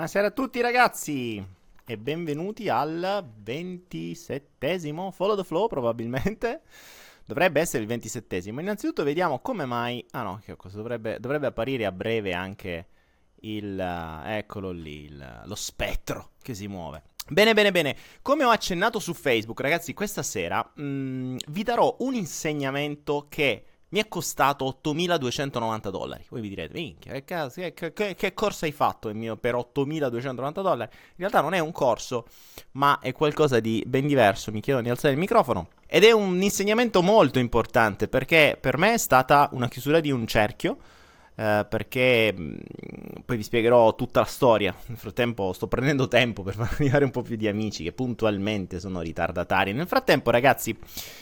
Buonasera a tutti ragazzi e benvenuti al 27esimo Follow the Flow probabilmente. Dovrebbe essere il 27esimo. Innanzitutto vediamo come mai... Ah no, che cosa? Dovrebbe apparire a breve anche eccolo lì, lo spettro che si muove. Bene, bene, bene. Come ho accennato su Facebook, ragazzi, questa sera vi darò un insegnamento che mi è costato $8.290. Voi vi direte, minchia, che corso hai fatto per $8.290? In realtà non è un corso, ma è qualcosa di ben diverso. Mi chiedono di alzare il microfono. Ed è un insegnamento molto importante, perché per me è stata una chiusura di un cerchio. Perché poi vi spiegherò tutta la storia. Nel frattempo sto prendendo tempo per far arrivare un po' più di amici che puntualmente sono ritardatari. Nel frattempo, ragazzi,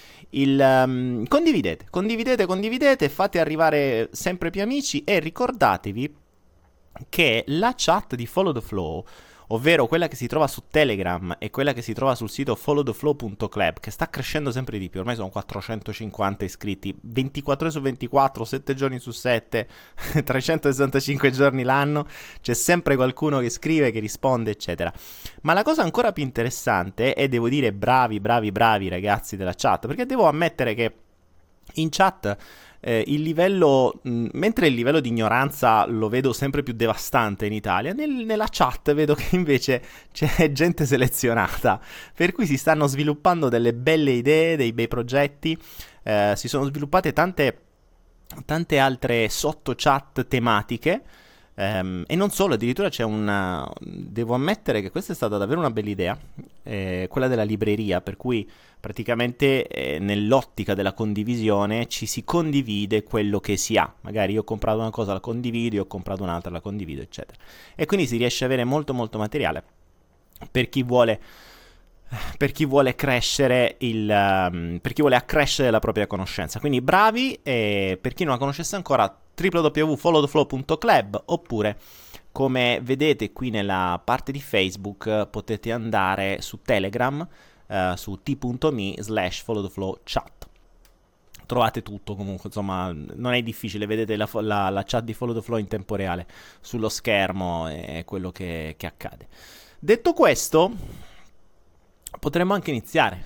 condividete, fate arrivare sempre più amici e ricordatevi che la chat di Follow the Flow, ovvero quella che si trova su Telegram e quella che si trova sul sito followtheflow.club, che sta crescendo sempre di più, ormai sono 450 iscritti, 24 ore su 24, 7 giorni su 7, 365 giorni l'anno, c'è sempre qualcuno che scrive, che risponde, eccetera. Ma la cosa ancora più interessante, e devo dire bravi ragazzi della chat, perché devo ammettere che in chat il livello, mentre il livello di ignoranza lo vedo sempre più devastante in Italia, nella chat vedo che invece c'è gente selezionata, per cui si stanno sviluppando delle belle idee, dei bei progetti, si sono sviluppate tante altre sotto chat tematiche. E non solo, addirittura c'è devo ammettere che questa è stata davvero una bella idea, quella della libreria, per cui praticamente nell'ottica della condivisione ci si condivide quello che si ha. Magari io ho comprato una cosa, la condivido, io ho comprato un'altra, la condivido, eccetera. E quindi si riesce ad avere molto materiale per chi vuole crescere per chi vuole accrescere la propria conoscenza. Quindi bravi, e per chi non la conoscesse ancora, www.followtheflow.club, oppure come vedete qui nella parte di Facebook potete andare su Telegram, su t.me/followtheflowchat. Trovate tutto comunque, insomma, non è difficile, vedete la chat di Follow the Flow in tempo reale sullo schermo, è quello che accade. Detto questo, potremmo anche iniziare.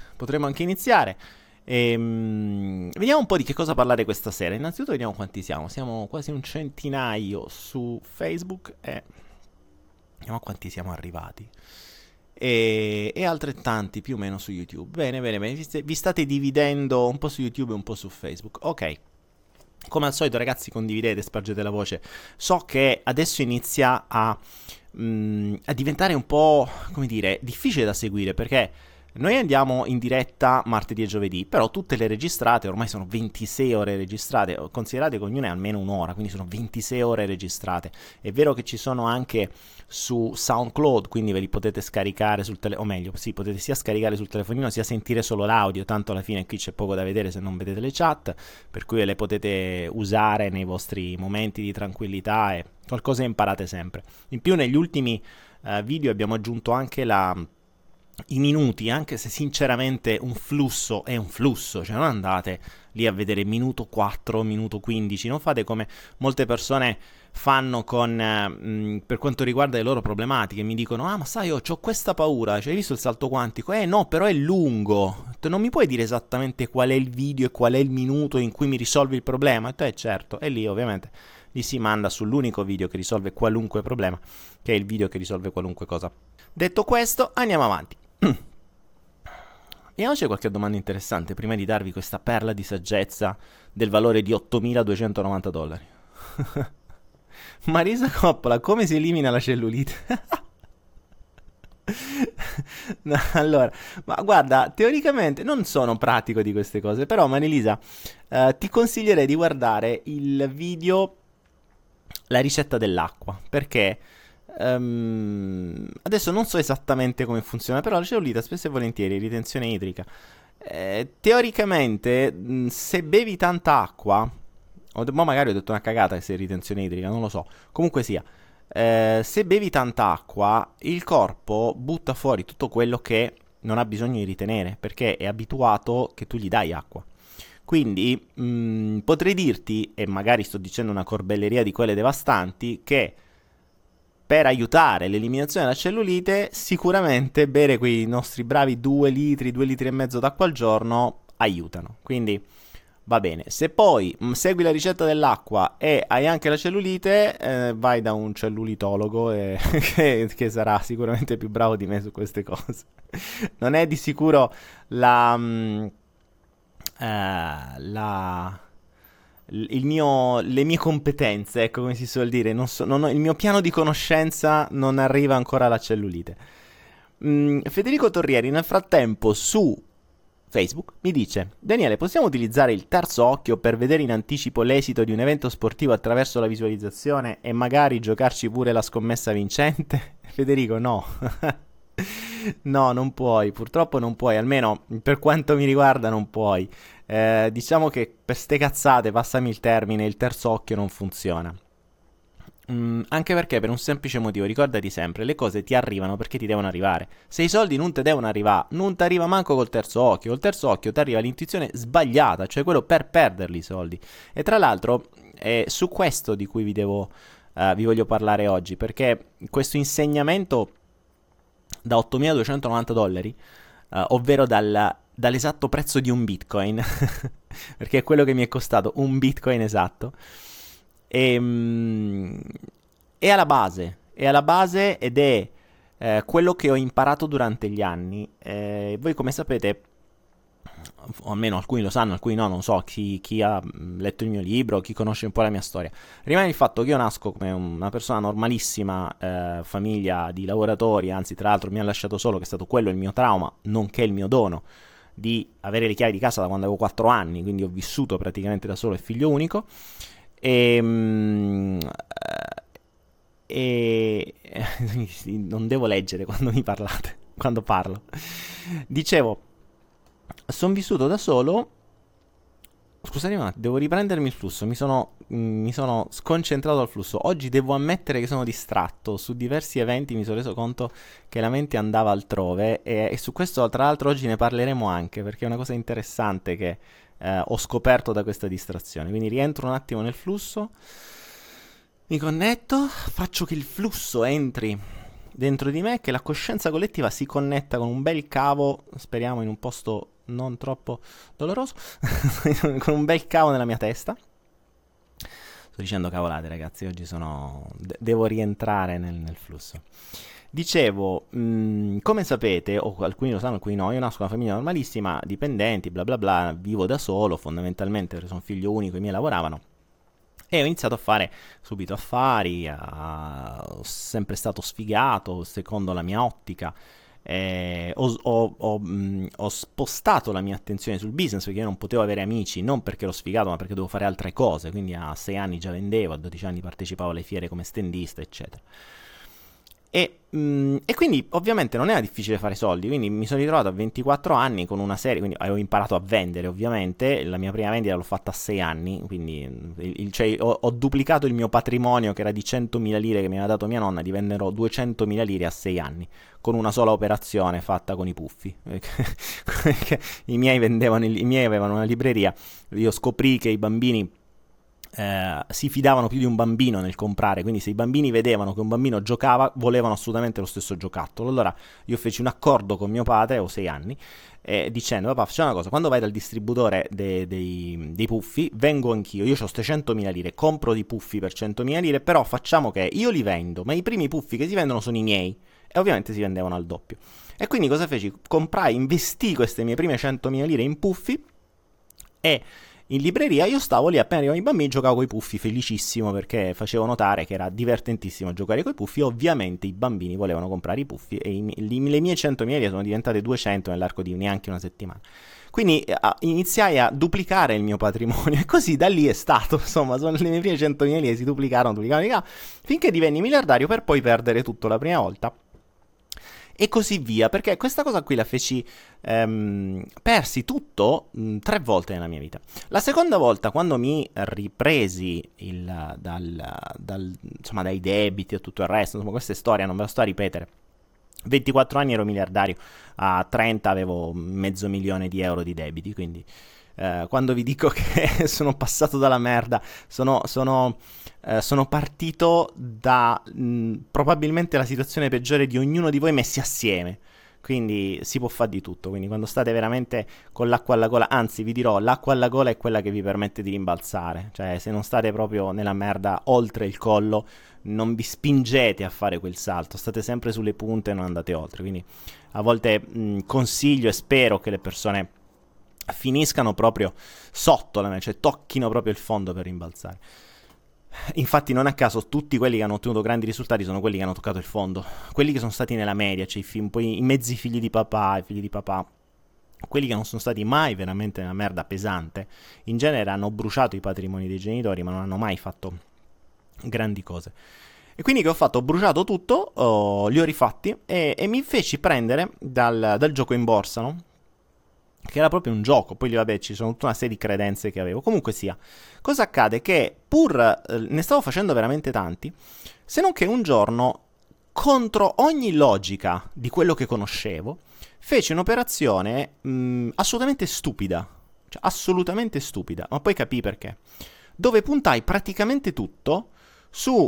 Vediamo un po' di che cosa parlare questa sera. Innanzitutto vediamo quanti siamo. Siamo quasi un centinaio su Facebook e vediamo a quanti siamo arrivati. E altrettanti più o meno su YouTube. Bene. Vi state dividendo un po' su YouTube e un po' su Facebook. Ok. Come al solito, ragazzi, condividete, spargete la voce. So che adesso inizia a diventare un po', come dire, difficile da seguire, perché noi andiamo in diretta martedì e giovedì, però tutte le registrate, ormai sono 26 ore registrate, considerate che ognuna è almeno un'ora, quindi sono 26 ore registrate. È vero che ci sono anche su SoundCloud, quindi ve li potete scaricare potete sia scaricare sul telefonino sia sentire solo l'audio, tanto alla fine qui c'è poco da vedere se non vedete le chat, per cui le potete usare nei vostri momenti di tranquillità e qualcosa imparate sempre. In più negli ultimi video abbiamo aggiunto anche i minuti, anche se sinceramente un flusso è un flusso, cioè non andate lì a vedere minuto 4, minuto 15, non fate come molte persone fanno per quanto riguarda le loro problematiche. Mi dicono: ah, ma sai, io ho questa paura, cioè hai visto il salto quantico? No, però è lungo, non mi puoi dire esattamente qual è il video e qual è il minuto in cui mi risolvi il problema? Certo, e lì ovviamente gli si manda sull'unico video che risolve qualunque problema, che è il video che risolve qualunque cosa. Detto questo, andiamo avanti. Vediamo se c'è qualche domanda interessante prima di darvi questa perla di saggezza del valore di $8.290. Marisa Coppola, come si elimina la cellulite? No, allora, ma guarda, teoricamente non sono pratico di queste cose, però Marilisa, ti consiglierei di guardare il video La ricetta dell'acqua, perché adesso non so esattamente come funziona, però la cellulite spesso e volentieri, ritenzione idrica, teoricamente se bevi tanta acqua, magari ho detto una cagata se è ritenzione idrica, non lo so, comunque sia, se bevi tanta acqua il corpo butta fuori tutto quello che non ha bisogno di ritenere, perché è abituato che tu gli dai acqua. Quindi potrei dirti, e magari sto dicendo una corbelleria di quelle devastanti, che per aiutare l'eliminazione della cellulite, sicuramente bere quei nostri bravi 2 litri, 2 litri e mezzo d'acqua al giorno aiutano. Quindi va bene. Se poi segui la ricetta dell'acqua e hai anche la cellulite, vai da un cellulitologo che sarà sicuramente più bravo di me su queste cose. Non è di sicuro le mie competenze, ecco come si suol dire, il mio piano di conoscenza non arriva ancora alla cellulite. Federico Torrieri nel frattempo su Facebook mi dice: Daniele, possiamo utilizzare il terzo occhio per vedere in anticipo l'esito di un evento sportivo attraverso la visualizzazione e magari giocarci pure la scommessa vincente? Federico, no. No, non puoi, purtroppo non puoi, almeno per quanto mi riguarda non puoi. Diciamo che per ste cazzate, passami il termine, il terzo occhio non funziona. Anche perché per un semplice motivo, ricordati sempre, le cose ti arrivano perché ti devono arrivare. Se i soldi non ti devono arrivare, non ti arriva manco col terzo occhio. Col terzo occhio ti arriva l'intuizione sbagliata, cioè quello per perderli i soldi. E tra l'altro è su questo di cui vi voglio parlare oggi, perché questo insegnamento da $8.290, ovvero dall'esatto prezzo di un bitcoin, perché è quello che mi è costato un bitcoin esatto, è alla base ed è quello che ho imparato durante gli anni. Voi come sapete, o almeno alcuni lo sanno, alcuni no, non so, chi ha letto il mio libro, chi conosce un po' la mia storia, rimane il fatto che io nasco come una persona normalissima, famiglia di lavoratori, anzi tra l'altro mi ha lasciato solo, che è stato quello il mio trauma, nonché il mio dono di avere le chiavi di casa da quando avevo 4 anni, quindi ho vissuto praticamente da solo e figlio unico, e non devo leggere quando mi parlate, quando parlo. Dicevo, sono vissuto da solo. Scusate un attimo, devo riprendermi il flusso. Mi sono sconcentrato dal flusso. Oggi devo ammettere che sono distratto. Su diversi eventi mi sono reso conto che la mente andava altrove. E su questo, tra l'altro, oggi ne parleremo anche, perché è una cosa interessante che ho scoperto da questa distrazione. Quindi rientro un attimo nel flusso. Mi connetto. Faccio che il flusso entri dentro di me, che la coscienza collettiva si connetta con un bel cavo, speriamo in un posto non troppo doloroso, con un bel cavo nella mia testa. Sto dicendo cavolate, ragazzi, oggi devo rientrare nel flusso. Dicevo, come sapete, o alcuni lo sanno, alcuni no, io nasco da una famiglia normalissima, dipendenti, bla bla bla, vivo da solo, fondamentalmente perché sono figlio unico, i miei lavoravano. E ho iniziato a fare subito affari, ho sempre stato sfigato secondo la mia ottica, ho spostato la mia attenzione sul business perché io non potevo avere amici, non perché ero sfigato ma perché dovevo fare altre cose, quindi a 6 anni già vendevo, a 12 anni partecipavo alle fiere come standista, eccetera. E quindi ovviamente non era difficile fare soldi, quindi mi sono ritrovato a 24 anni con una serie, quindi avevo imparato a vendere ovviamente, la mia prima vendita l'ho fatta a 6 anni, quindi cioè, ho duplicato il mio patrimonio che era di 100.000 lire che mi aveva dato mia nonna, diventerò 200.000 lire a 6 anni, con una sola operazione fatta con i puffi. I miei avevano una libreria, io scoprì che i bambini si fidavano più di un bambino nel comprare, quindi se i bambini vedevano che un bambino giocava volevano assolutamente lo stesso giocattolo. Allora io feci un accordo con mio padre, avevo 6 anni, dicendo: papà, facciamo una cosa, quando vai dal distributore dei puffi vengo anch'io, io ho 100.000 lire, compro dei puffi per 100.000 lire, però facciamo che io li vendo, ma i primi puffi che si vendono sono i miei, e ovviamente si vendevano al doppio. E quindi cosa feci? Investii queste mie prime 100.000 lire in puffi, e in libreria io stavo lì, appena arrivavano i bambini giocavo coi puffi, felicissimo, perché facevo notare che era divertentissimo giocare coi puffi. Ovviamente i bambini volevano comprare i puffi e le mie 100.000 lire sono diventate 200 nell'arco di neanche una settimana. Quindi iniziai a duplicare il mio patrimonio, e così da lì è stato, insomma, le mie prime 100.000 lire si duplicarono, finché divenni miliardario, per poi perdere tutto la prima volta. E così via, perché questa cosa qui la feci, persi tutto 3 volte nella mia vita. La seconda volta, quando mi ripresi dai debiti e tutto il resto, insomma, questa storia non ve la sto a ripetere, 24 anni ero miliardario, a 30 avevo $500.000 di debiti, quindi quando vi dico che sono passato dalla merda, sono partito da probabilmente la situazione peggiore di ognuno di voi messi assieme. Quindi si può fare di tutto. Quindi quando state veramente con l'acqua alla gola, anzi vi dirò, l'acqua alla gola è quella che vi permette di rimbalzare. Cioè se non state proprio nella merda oltre il collo, non vi spingete a fare quel salto, state sempre sulle punte e non andate oltre. Quindi a volte consiglio e spero che le persone finiscano proprio sotto la cioè tocchino proprio il fondo per rimbalzare. Infatti non a caso tutti quelli che hanno ottenuto grandi risultati sono quelli che hanno toccato il fondo, quelli che sono stati nella media, cioè poi i mezzi figli di papà, i figli di papà, quelli che non sono stati mai veramente nella merda pesante, in genere hanno bruciato i patrimoni dei genitori ma non hanno mai fatto grandi cose. E quindi che ho fatto? Ho bruciato tutto, li ho rifatti e mi feci prendere dal gioco in borsa, no? Che era proprio un gioco, poi vabbè ci sono tutta una serie di credenze che avevo, comunque sia. Cosa accade? Che pur ne stavo facendo veramente tanti, se non che un giorno, contro ogni logica di quello che conoscevo, feci un'operazione assolutamente stupida, cioè assolutamente stupida, ma poi capii perché. Dove puntai praticamente tutto su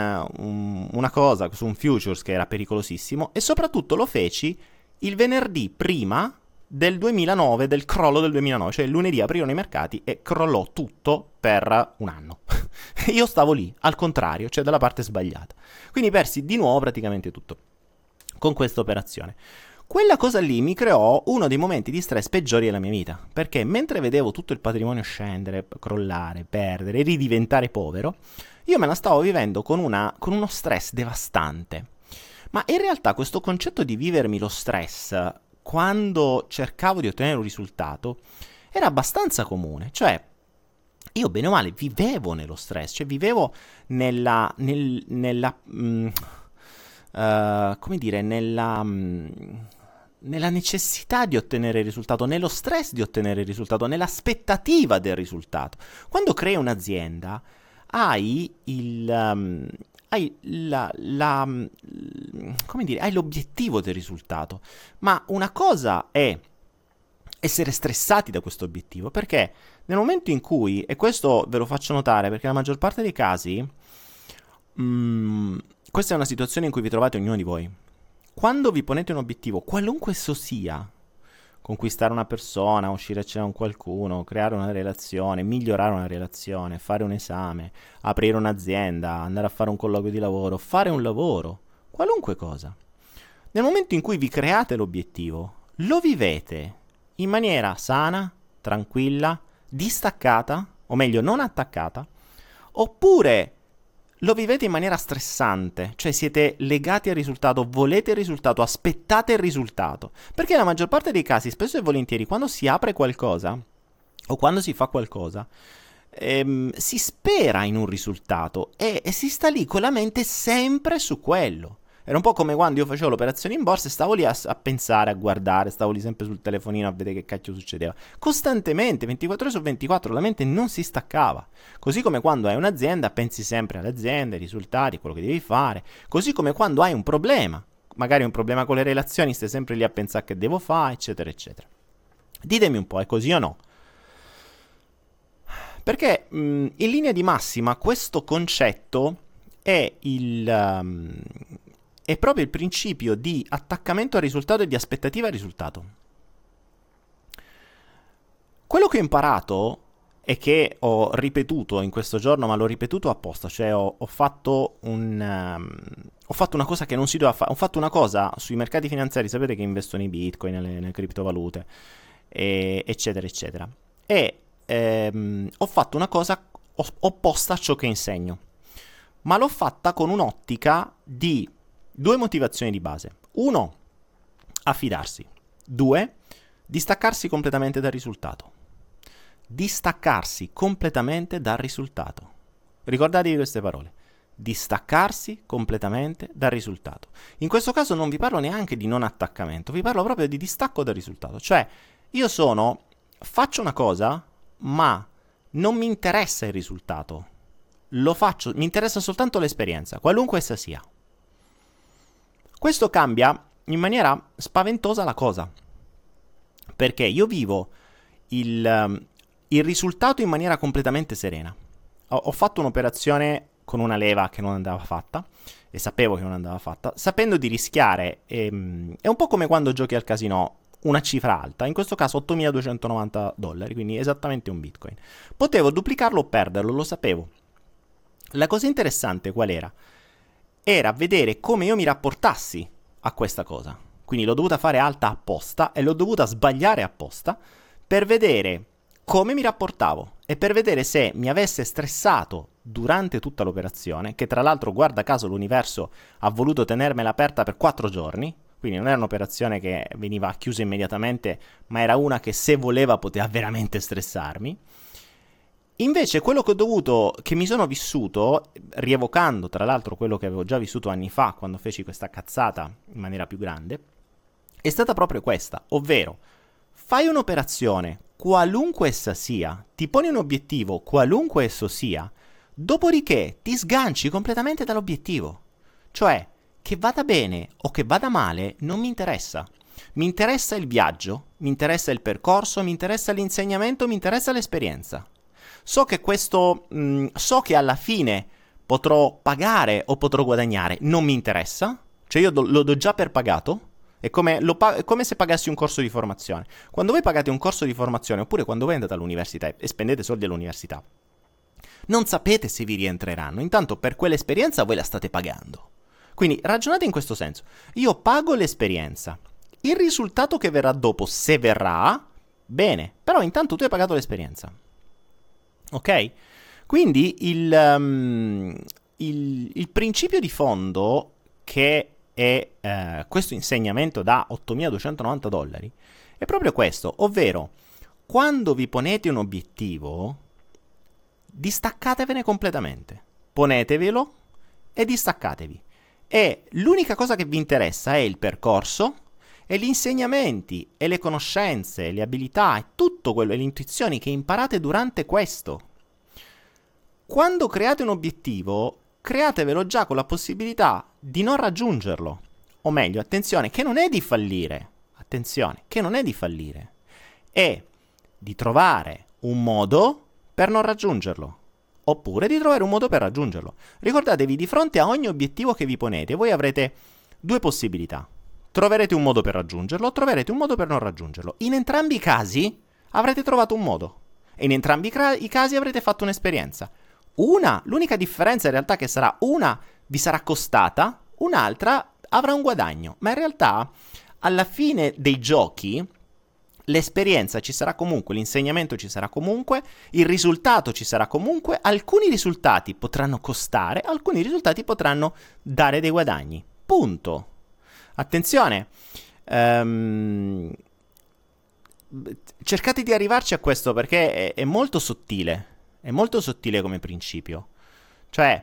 una cosa, su un futures che era pericolosissimo, e soprattutto lo feci il venerdì prima del 2009, del crollo del 2009, cioè lunedì aprirono i mercati e crollò tutto per un anno. Io stavo lì, al contrario, cioè dalla parte sbagliata. Quindi persi di nuovo praticamente tutto con questa operazione. Quella cosa lì mi creò uno dei momenti di stress peggiori della mia vita, perché mentre vedevo tutto il patrimonio scendere, crollare, perdere, ridiventare povero, io me la stavo vivendo con uno stress devastante. Ma in realtà questo concetto di vivermi lo stress quando cercavo di ottenere un risultato era abbastanza comune, cioè io bene o male vivevo nello stress, cioè vivevo nella necessità di ottenere il risultato, nello stress di ottenere il risultato, nell'aspettativa del risultato. Quando crei un'azienda hai hai l'obiettivo del risultato, ma una cosa è essere stressati da questo obiettivo, perché nel momento in cui, e questo ve lo faccio notare perché nella maggior parte dei casi questa è una situazione in cui vi trovate ognuno di voi, quando vi ponete un obiettivo, qualunque esso sia, conquistare una persona, uscire a cena con qualcuno, creare una relazione, migliorare una relazione, fare un esame, aprire un'azienda, andare a fare un colloquio di lavoro, fare un lavoro, qualunque cosa. Nel momento in cui vi create l'obiettivo, lo vivete in maniera sana, tranquilla, distaccata, o meglio non attaccata, oppure lo vivete in maniera stressante, cioè siete legati al risultato, volete il risultato, aspettate il risultato. Perché nella maggior parte dei casi, spesso e volentieri, quando si apre qualcosa o quando si fa qualcosa, si spera in un risultato e si sta lì con la mente sempre su quello. Era un po' come quando io facevo l'operazione in borsa e stavo lì a pensare, a guardare, stavo lì sempre sul telefonino a vedere che cacchio succedeva. Costantemente, 24 ore su 24, la mente non si staccava. Così come quando hai un'azienda pensi sempre all'azienda, ai risultati, quello che devi fare. Così come quando hai un problema, magari un problema con le relazioni, stai sempre lì a pensare che devo fare, eccetera, eccetera. Ditemi un po', è così o no? Perché in linea di massima questo concetto è è proprio il principio di attaccamento al risultato e di aspettativa al risultato. Quello che ho imparato e che ho ripetuto in questo giorno, ma l'ho ripetuto apposta, cioè ho fatto una cosa che non si doveva fare, ho fatto una cosa sui mercati finanziari, sapete che investo nei bitcoin, nelle criptovalute, eccetera, eccetera. E ho fatto una cosa opposta a ciò che insegno, ma l'ho fatta con un'ottica di due motivazioni di base. Uno, affidarsi. Due, distaccarsi completamente dal risultato. Distaccarsi completamente dal risultato. Ricordatevi queste parole. Distaccarsi completamente dal risultato. In questo caso non vi parlo neanche di non attaccamento, vi parlo proprio di distacco dal risultato. Cioè, io faccio una cosa, ma non mi interessa il risultato. Lo faccio, mi interessa soltanto l'esperienza, qualunque essa sia. Questo cambia in maniera spaventosa la cosa, perché io vivo il risultato in maniera completamente serena. Ho fatto un'operazione con una leva che non andava fatta, e sapevo che non andava fatta, sapendo di rischiare. È un po' come quando giochi al casino una cifra alta, in questo caso $8.290, quindi esattamente un bitcoin. Potevo duplicarlo o perderlo, lo sapevo. La cosa interessante qual era? Era vedere come io mi rapportassi a questa cosa. Quindi l'ho dovuta fare alta apposta e l'ho dovuta sbagliare apposta per vedere come mi rapportavo e per vedere se mi avesse stressato durante tutta l'operazione, che tra l'altro, guarda caso, l'universo ha voluto tenermela aperta per 4 giorni, quindi non era un'operazione che veniva chiusa immediatamente, ma era una che, se voleva, poteva veramente stressarmi. Invece quello che mi sono vissuto, rievocando tra l'altro quello che avevo già vissuto anni fa quando feci questa cazzata in maniera più grande, è stata proprio questa, ovvero fai un'operazione, qualunque essa sia, ti poni un obiettivo, qualunque esso sia, dopodiché ti sganci completamente dall'obiettivo. Cioè, che vada bene o che vada male, non mi interessa. Mi interessa il viaggio, mi interessa il percorso, mi interessa l'insegnamento, mi interessa l'esperienza. So che alla fine potrò pagare o potrò guadagnare, non mi interessa. Cioè io lo do già per pagato. È come se pagassi un corso di formazione. Quando voi pagate un corso di formazione, oppure quando voi andate all'università e spendete soldi all'università, non sapete se vi rientreranno. Intanto per quell'esperienza voi la state pagando. Quindi ragionate in questo senso. Io pago l'esperienza. Il risultato che verrà dopo, se verrà, bene. Però intanto tu hai pagato l'esperienza. Ok? Quindi il principio di fondo che è questo insegnamento da $8.290 è proprio questo, ovvero quando vi ponete un obiettivo, distaccatevene completamente, ponetevelo e distaccatevi, e l'unica cosa che vi interessa è il percorso e gli insegnamenti e le conoscenze, le abilità e tutto quello, e le intuizioni che imparate durante questo. Quando create un obiettivo, createvelo già con la possibilità di non raggiungerlo. O meglio, attenzione, che non è di fallire. Attenzione, che non è di fallire. È di trovare un modo per non raggiungerlo. Oppure di trovare un modo per raggiungerlo. Ricordatevi, di fronte a ogni obiettivo che vi ponete, voi avrete 2 possibilità. Troverete un modo per raggiungerlo o troverete un modo per non raggiungerlo. In entrambi i casi avrete trovato un modo. E in entrambi i casi avrete fatto un'esperienza. L'unica differenza in realtà che sarà una vi sarà costata, un'altra avrà un guadagno, ma in realtà alla fine dei giochi l'esperienza ci sarà comunque, l'insegnamento ci sarà comunque, il risultato ci sarà comunque, alcuni risultati potranno costare, alcuni risultati potranno dare dei guadagni. Punto. Attenzione, cercate di arrivarci a questo perché è molto sottile. È molto sottile come principio. Cioè,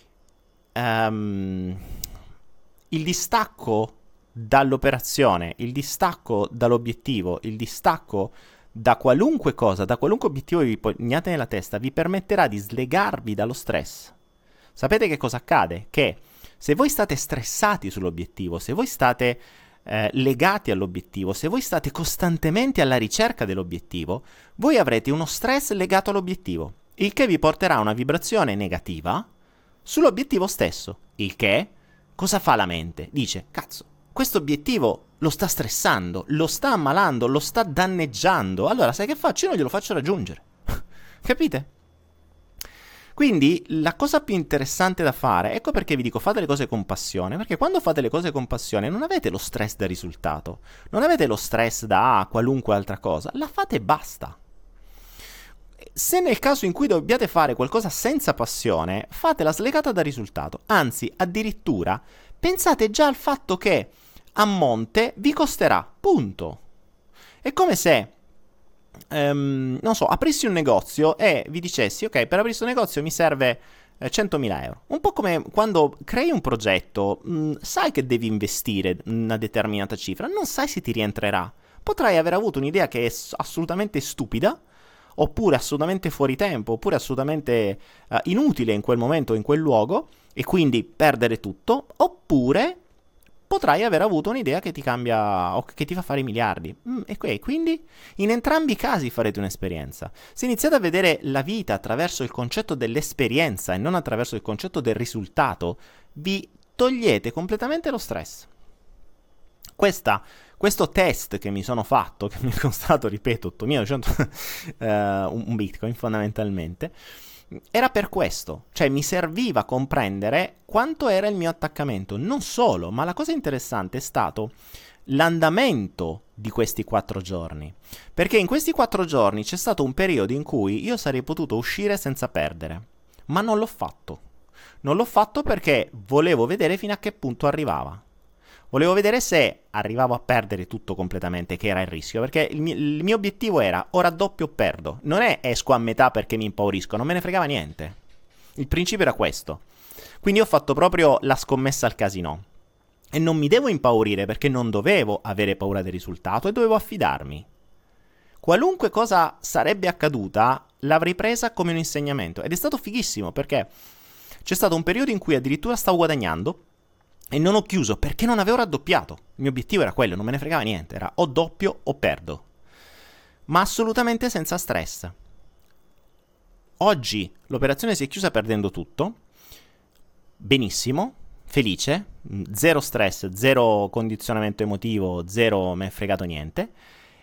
il distacco dall'operazione, il distacco dall'obiettivo, il distacco da qualunque cosa, da qualunque obiettivo vi poniate nella testa, vi permetterà di slegarvi dallo stress. Sapete che cosa accade? Che se voi state stressati sull'obiettivo, se voi state legati all'obiettivo, se voi state costantemente alla ricerca dell'obiettivo, voi avrete uno stress legato all'obiettivo, il che vi porterà a una vibrazione negativa sull'obiettivo stesso. Il che, cosa fa la mente? Dice, cazzo, questo obiettivo lo sta stressando, lo sta ammalando, lo sta danneggiando, allora sai che faccio? Io non glielo faccio raggiungere. Capite? Quindi la cosa più interessante da fare, ecco perché vi dico fate le cose con passione, perché quando fate le cose con passione non avete lo stress da risultato, non avete lo stress da qualunque altra cosa, la fate e basta. Se nel caso in cui dobbiate fare qualcosa senza passione, fatela slegata dal risultato, anzi addirittura pensate già al fatto che a monte vi costerà, punto. È come se non so, aprissi un negozio e vi dicessi, ok, per aprire questo negozio mi serve 100.000 euro. Un po' come quando crei un progetto, sai che devi investire una determinata cifra, non sai se ti rientrerà. Potrai aver avuto un'idea che è assolutamente stupida, oppure assolutamente fuori tempo, oppure assolutamente inutile in quel momento, in quel luogo, e quindi perdere tutto, oppure potrai aver avuto un'idea che ti cambia o che ti fa fare i miliardi. Quindi in entrambi i casi farete un'esperienza. Se iniziate a vedere la vita attraverso il concetto dell'esperienza e non attraverso il concetto del risultato, vi togliete completamente lo stress. Questo test che mi sono fatto, che mi è costato, ripeto, 8.900 un bitcoin fondamentalmente, era per questo, cioè mi serviva comprendere quanto era il mio attaccamento. Non solo, ma la cosa interessante è stato l'andamento di questi 4 giorni, perché in questi 4 giorni c'è stato un periodo in cui io sarei potuto uscire senza perdere, ma non l'ho fatto. Non l'ho fatto perché volevo vedere fino a che punto arrivava. Volevo vedere se arrivavo a perdere tutto completamente, che era il rischio, perché il mio obiettivo era o raddoppio o perdo. Non è esco a metà perché mi impaurisco, non me ne fregava niente. Il principio era questo. Quindi ho fatto proprio la scommessa al casino. E non mi devo impaurire perché non dovevo avere paura del risultato e dovevo affidarmi. Qualunque cosa sarebbe accaduta, l'avrei presa come un insegnamento. Ed è stato fighissimo perché c'è stato un periodo in cui addirittura stavo guadagnando e non ho chiuso perché non avevo raddoppiato. Il mio obiettivo era quello, non me ne fregava niente, era o doppio o perdo. Ma assolutamente senza stress. Oggi l'operazione si è chiusa perdendo tutto. Benissimo, felice, zero stress, zero condizionamento emotivo, zero me ne è fregato niente.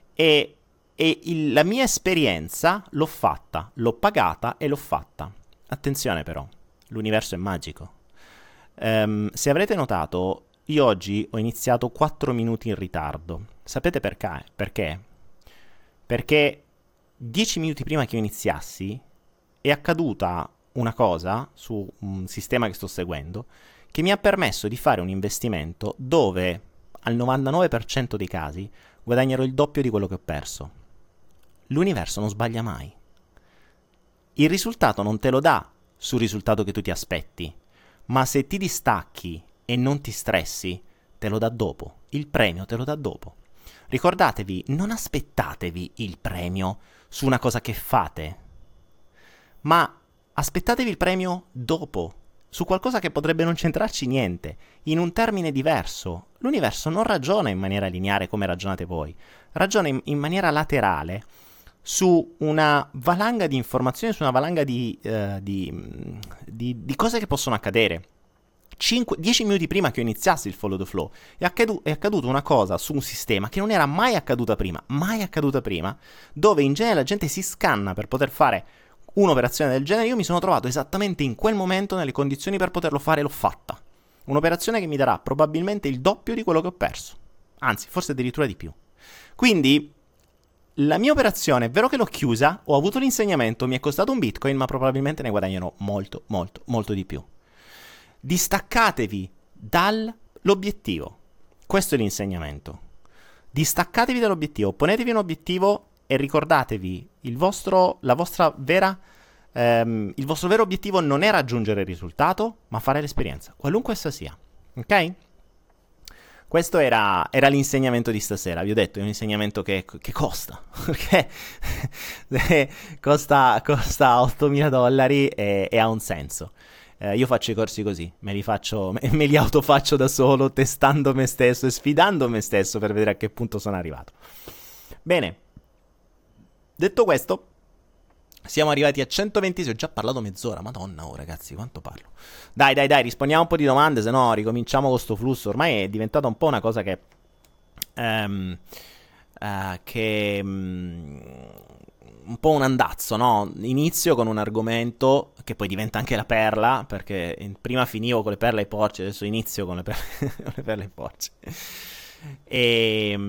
La mia esperienza l'ho fatta, l'ho pagata e l'ho fatta. Attenzione però, l'universo è magico. Se avrete notato, io oggi ho iniziato 4 minuti in ritardo. Sapete perché? Perché 10 minuti prima che io iniziassi è accaduta una cosa su un sistema che sto seguendo che mi ha permesso di fare un investimento dove al 99% dei casi guadagnerò il doppio di quello che ho perso. L'universo non sbaglia mai. Il risultato non te lo dà sul risultato che tu ti aspetti, ma se ti distacchi e non ti stressi, te lo dà dopo. Il premio te lo dà dopo. Ricordatevi, non aspettatevi il premio su una cosa che fate, ma aspettatevi il premio dopo, su qualcosa che potrebbe non c'entrarci niente, in un termine diverso. L'universo non ragiona in maniera lineare come ragionate voi, ragiona in maniera laterale su una valanga di informazioni, su una valanga di cose che possono accadere. 10 minuti prima che io iniziassi il follow the flow è accaduta una cosa su un sistema che non era mai accaduta prima, dove in genere la gente si scanna per poter fare un'operazione del genere. Io mi sono trovato esattamente in quel momento nelle condizioni per poterlo fare e l'ho fatta. Un'operazione che mi darà probabilmente il doppio di quello che ho perso, anzi forse addirittura di più. Quindi la mia operazione, è vero che l'ho chiusa, ho avuto l'insegnamento, mi è costato un bitcoin, ma probabilmente ne guadagnerò molto, molto, molto di più. Distaccatevi dall'obiettivo. Questo è l'insegnamento. Distaccatevi dall'obiettivo, ponetevi un obiettivo e ricordatevi, il vostro vero obiettivo non è raggiungere il risultato, ma fare l'esperienza, qualunque essa sia. Ok? Questo era l'insegnamento di stasera. Vi ho detto, è un insegnamento che costa, perché costa $8.000 e ha un senso. Io faccio i corsi così, me li autofaccio da solo, testando me stesso e sfidando me stesso per vedere a che punto sono arrivato. Bene, detto questo, siamo arrivati a 126, ho già parlato mezz'ora, madonna, oh ragazzi, quanto parlo. Dai, rispondiamo un po' di domande, se no ricominciamo con sto flusso. Ormai è diventata un po' una cosa che un po' un andazzo, no? Inizio con un argomento che poi diventa anche la perla, perché prima finivo con le perle ai porci, adesso inizio con le perle ai porci. E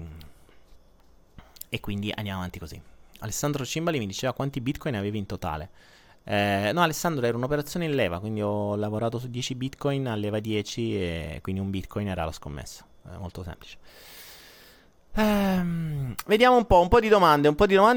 quindi andiamo avanti così. Alessandro Cimbali mi diceva quanti bitcoin avevi in totale. No, Alessandro, era un'operazione in leva, quindi ho lavorato su 10 bitcoin a leva 10 e quindi un bitcoin era la scommessa. Molto semplice. Vediamo un po' di domande.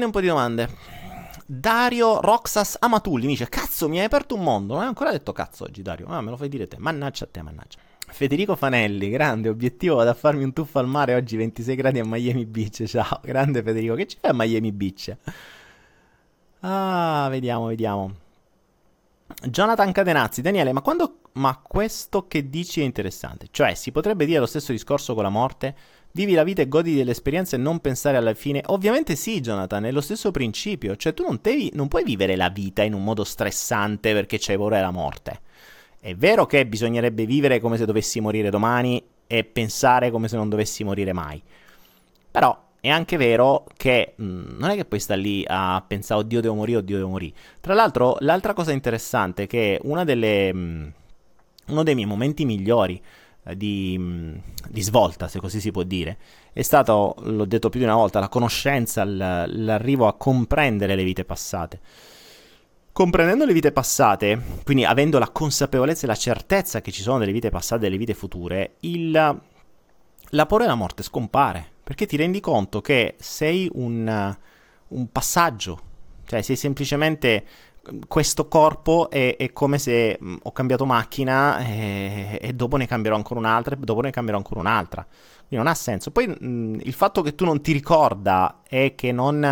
Dario Roxas Amatulli mi dice: cazzo, mi hai aperto un mondo. Non hai ancora detto cazzo oggi, Dario. Me lo fai dire te. Mannaggia a te, mannaggia. Federico Fanelli, grande obiettivo, vado a farmi un tuffo al mare oggi, 26 gradi a Miami Beach. Ciao, grande Federico, che ci fai a Miami Beach? Vediamo. Jonathan Cadenazzi, Daniele, ma quando ma questo che dici è interessante. Cioè, si potrebbe dire lo stesso discorso con la morte? Vivi la vita e godi dell'esperienza e non pensare alla fine? Ovviamente sì, Jonathan, è lo stesso principio. Cioè, tu non puoi vivere la vita in un modo stressante perché c'hai paura della morte. È vero che bisognerebbe vivere come se dovessi morire domani e pensare come se non dovessi morire mai. Però è anche vero che non è che poi sta lì a pensare oddio devo morire. Tra l'altro, l'altra cosa interessante è che uno dei miei momenti migliori di svolta, se così si può dire, è stato, l'ho detto più di una volta, la conoscenza, l'arrivo a comprendere le vite passate. Comprendendo le vite passate, quindi avendo la consapevolezza e la certezza che ci sono delle vite passate e delle vite future, la paura della morte scompare, perché ti rendi conto che sei un passaggio, cioè sei semplicemente questo corpo è come se ho cambiato macchina e dopo ne cambierò ancora un'altra e dopo ne cambierò ancora un'altra. Quindi non ha senso. Poi il fatto che tu non ti ricorda e che non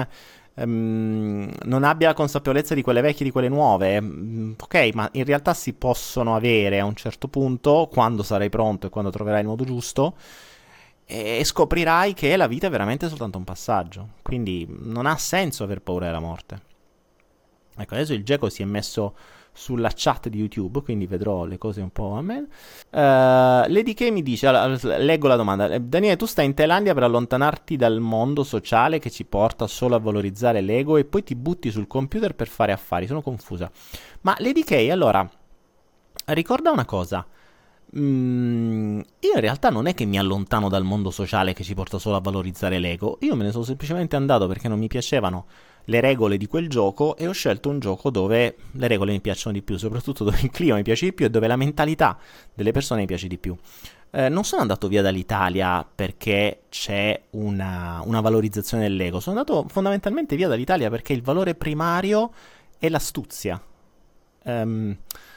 abbia la consapevolezza di quelle vecchie e di quelle nuove, ok, ma in realtà si possono avere a un certo punto, quando sarai pronto e quando troverai il modo giusto, e scoprirai che la vita è veramente soltanto un passaggio. Quindi non ha senso aver paura della morte. Ecco, adesso il Geco si è messo sulla chat di YouTube, quindi vedrò le cose un po' a me. Lady K mi dice, allora, leggo la domanda. Daniele, tu stai in Thailandia per allontanarti dal mondo sociale che ci porta solo a valorizzare l'ego e poi ti butti sul computer per fare affari. Sono confusa. Ma Lady K, allora, ricorda una cosa. Io in realtà non è che mi allontano dal mondo sociale che ci porta solo a valorizzare l'ego. Io me ne sono semplicemente andato perché non mi piacevano le regole di quel gioco e ho scelto un gioco dove le regole mi piacciono di più, soprattutto dove il clima mi piace di più e dove la mentalità delle persone mi piace di più. Non sono andato via dall'Italia perché c'è una valorizzazione dell'ego, sono andato fondamentalmente via dall'Italia perché il valore primario è l'astuzia. In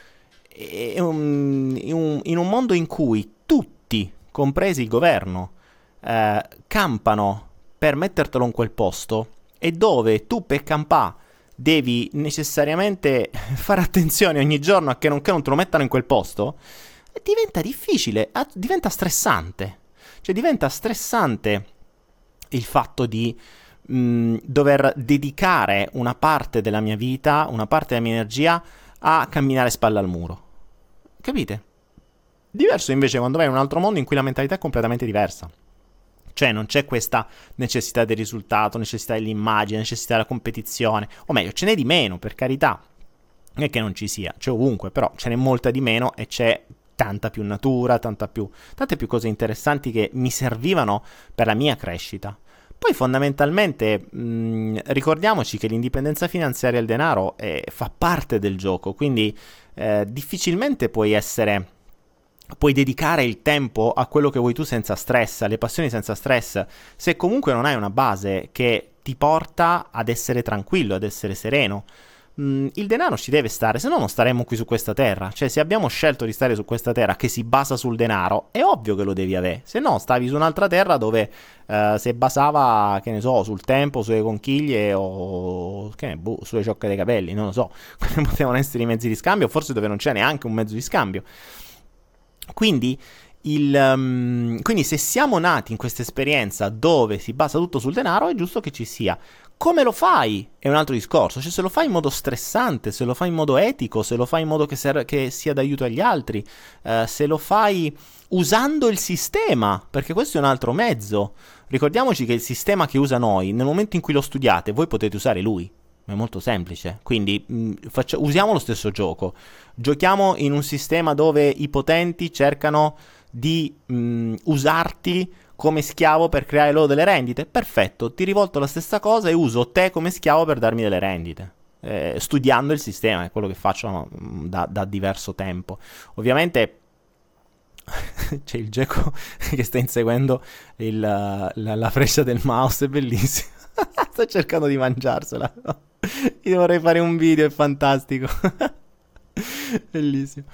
un mondo in cui tutti, compresi il governo, campano per mettertelo in quel posto, e dove tu per campà devi necessariamente fare attenzione ogni giorno a che non te lo mettano in quel posto, diventa difficile, diventa stressante. Cioè diventa stressante il fatto di dover dedicare una parte della mia vita, una parte della mia energia a camminare spalle al muro. Capite? Diverso invece quando vai in un altro mondo in cui la mentalità è completamente diversa. Cioè non c'è questa necessità del risultato, necessità dell'immagine, necessità della competizione. O meglio, ce n'è di meno, per carità. Non è che non ci sia, c'è ovunque, però ce n'è molta di meno e c'è tanta più natura, tante più cose interessanti che mi servivano per la mia crescita. Poi fondamentalmente ricordiamoci che l'indipendenza finanziaria e il denaro fa parte del gioco, quindi difficilmente puoi dedicare il tempo a quello che vuoi tu senza stress, alle passioni senza stress, se comunque non hai una base che ti porta ad essere tranquillo, ad essere sereno. Il denaro ci deve stare, se no non staremmo qui su questa terra. Cioè, se abbiamo scelto di stare su questa terra che si basa sul denaro, è ovvio che lo devi avere. Se no, stavi su un'altra terra dove si basava, che ne so, sul tempo, sulle conchiglie o sulle ciocche dei capelli, non lo so. Quali potevano essere i mezzi di scambio, forse dove non c'è neanche un mezzo di scambio. Quindi se siamo nati in questa esperienza dove si basa tutto sul denaro, è giusto che ci sia. Come lo fai è un altro discorso. Cioè, se lo fai in modo stressante, se lo fai in modo etico, se lo fai in modo che sia d'aiuto agli altri, se lo fai usando il sistema, perché questo è un altro mezzo. Ricordiamoci che il sistema che usa noi, nel momento in cui lo studiate, voi potete usare lui. È molto semplice, quindi usiamo lo stesso gioco. Giochiamo in un sistema dove i potenti cercano di usarti come schiavo per creare loro delle rendite. Perfetto, ti rivolto la stessa cosa e uso te come schiavo per darmi delle rendite. Studiando il sistema, è quello che faccio da diverso tempo. Ovviamente c'è il Geco che sta inseguendo la freccia del mouse, è bellissimo. Sto cercando di mangiarsela. Io vorrei fare un video, è fantastico. Bellissimo.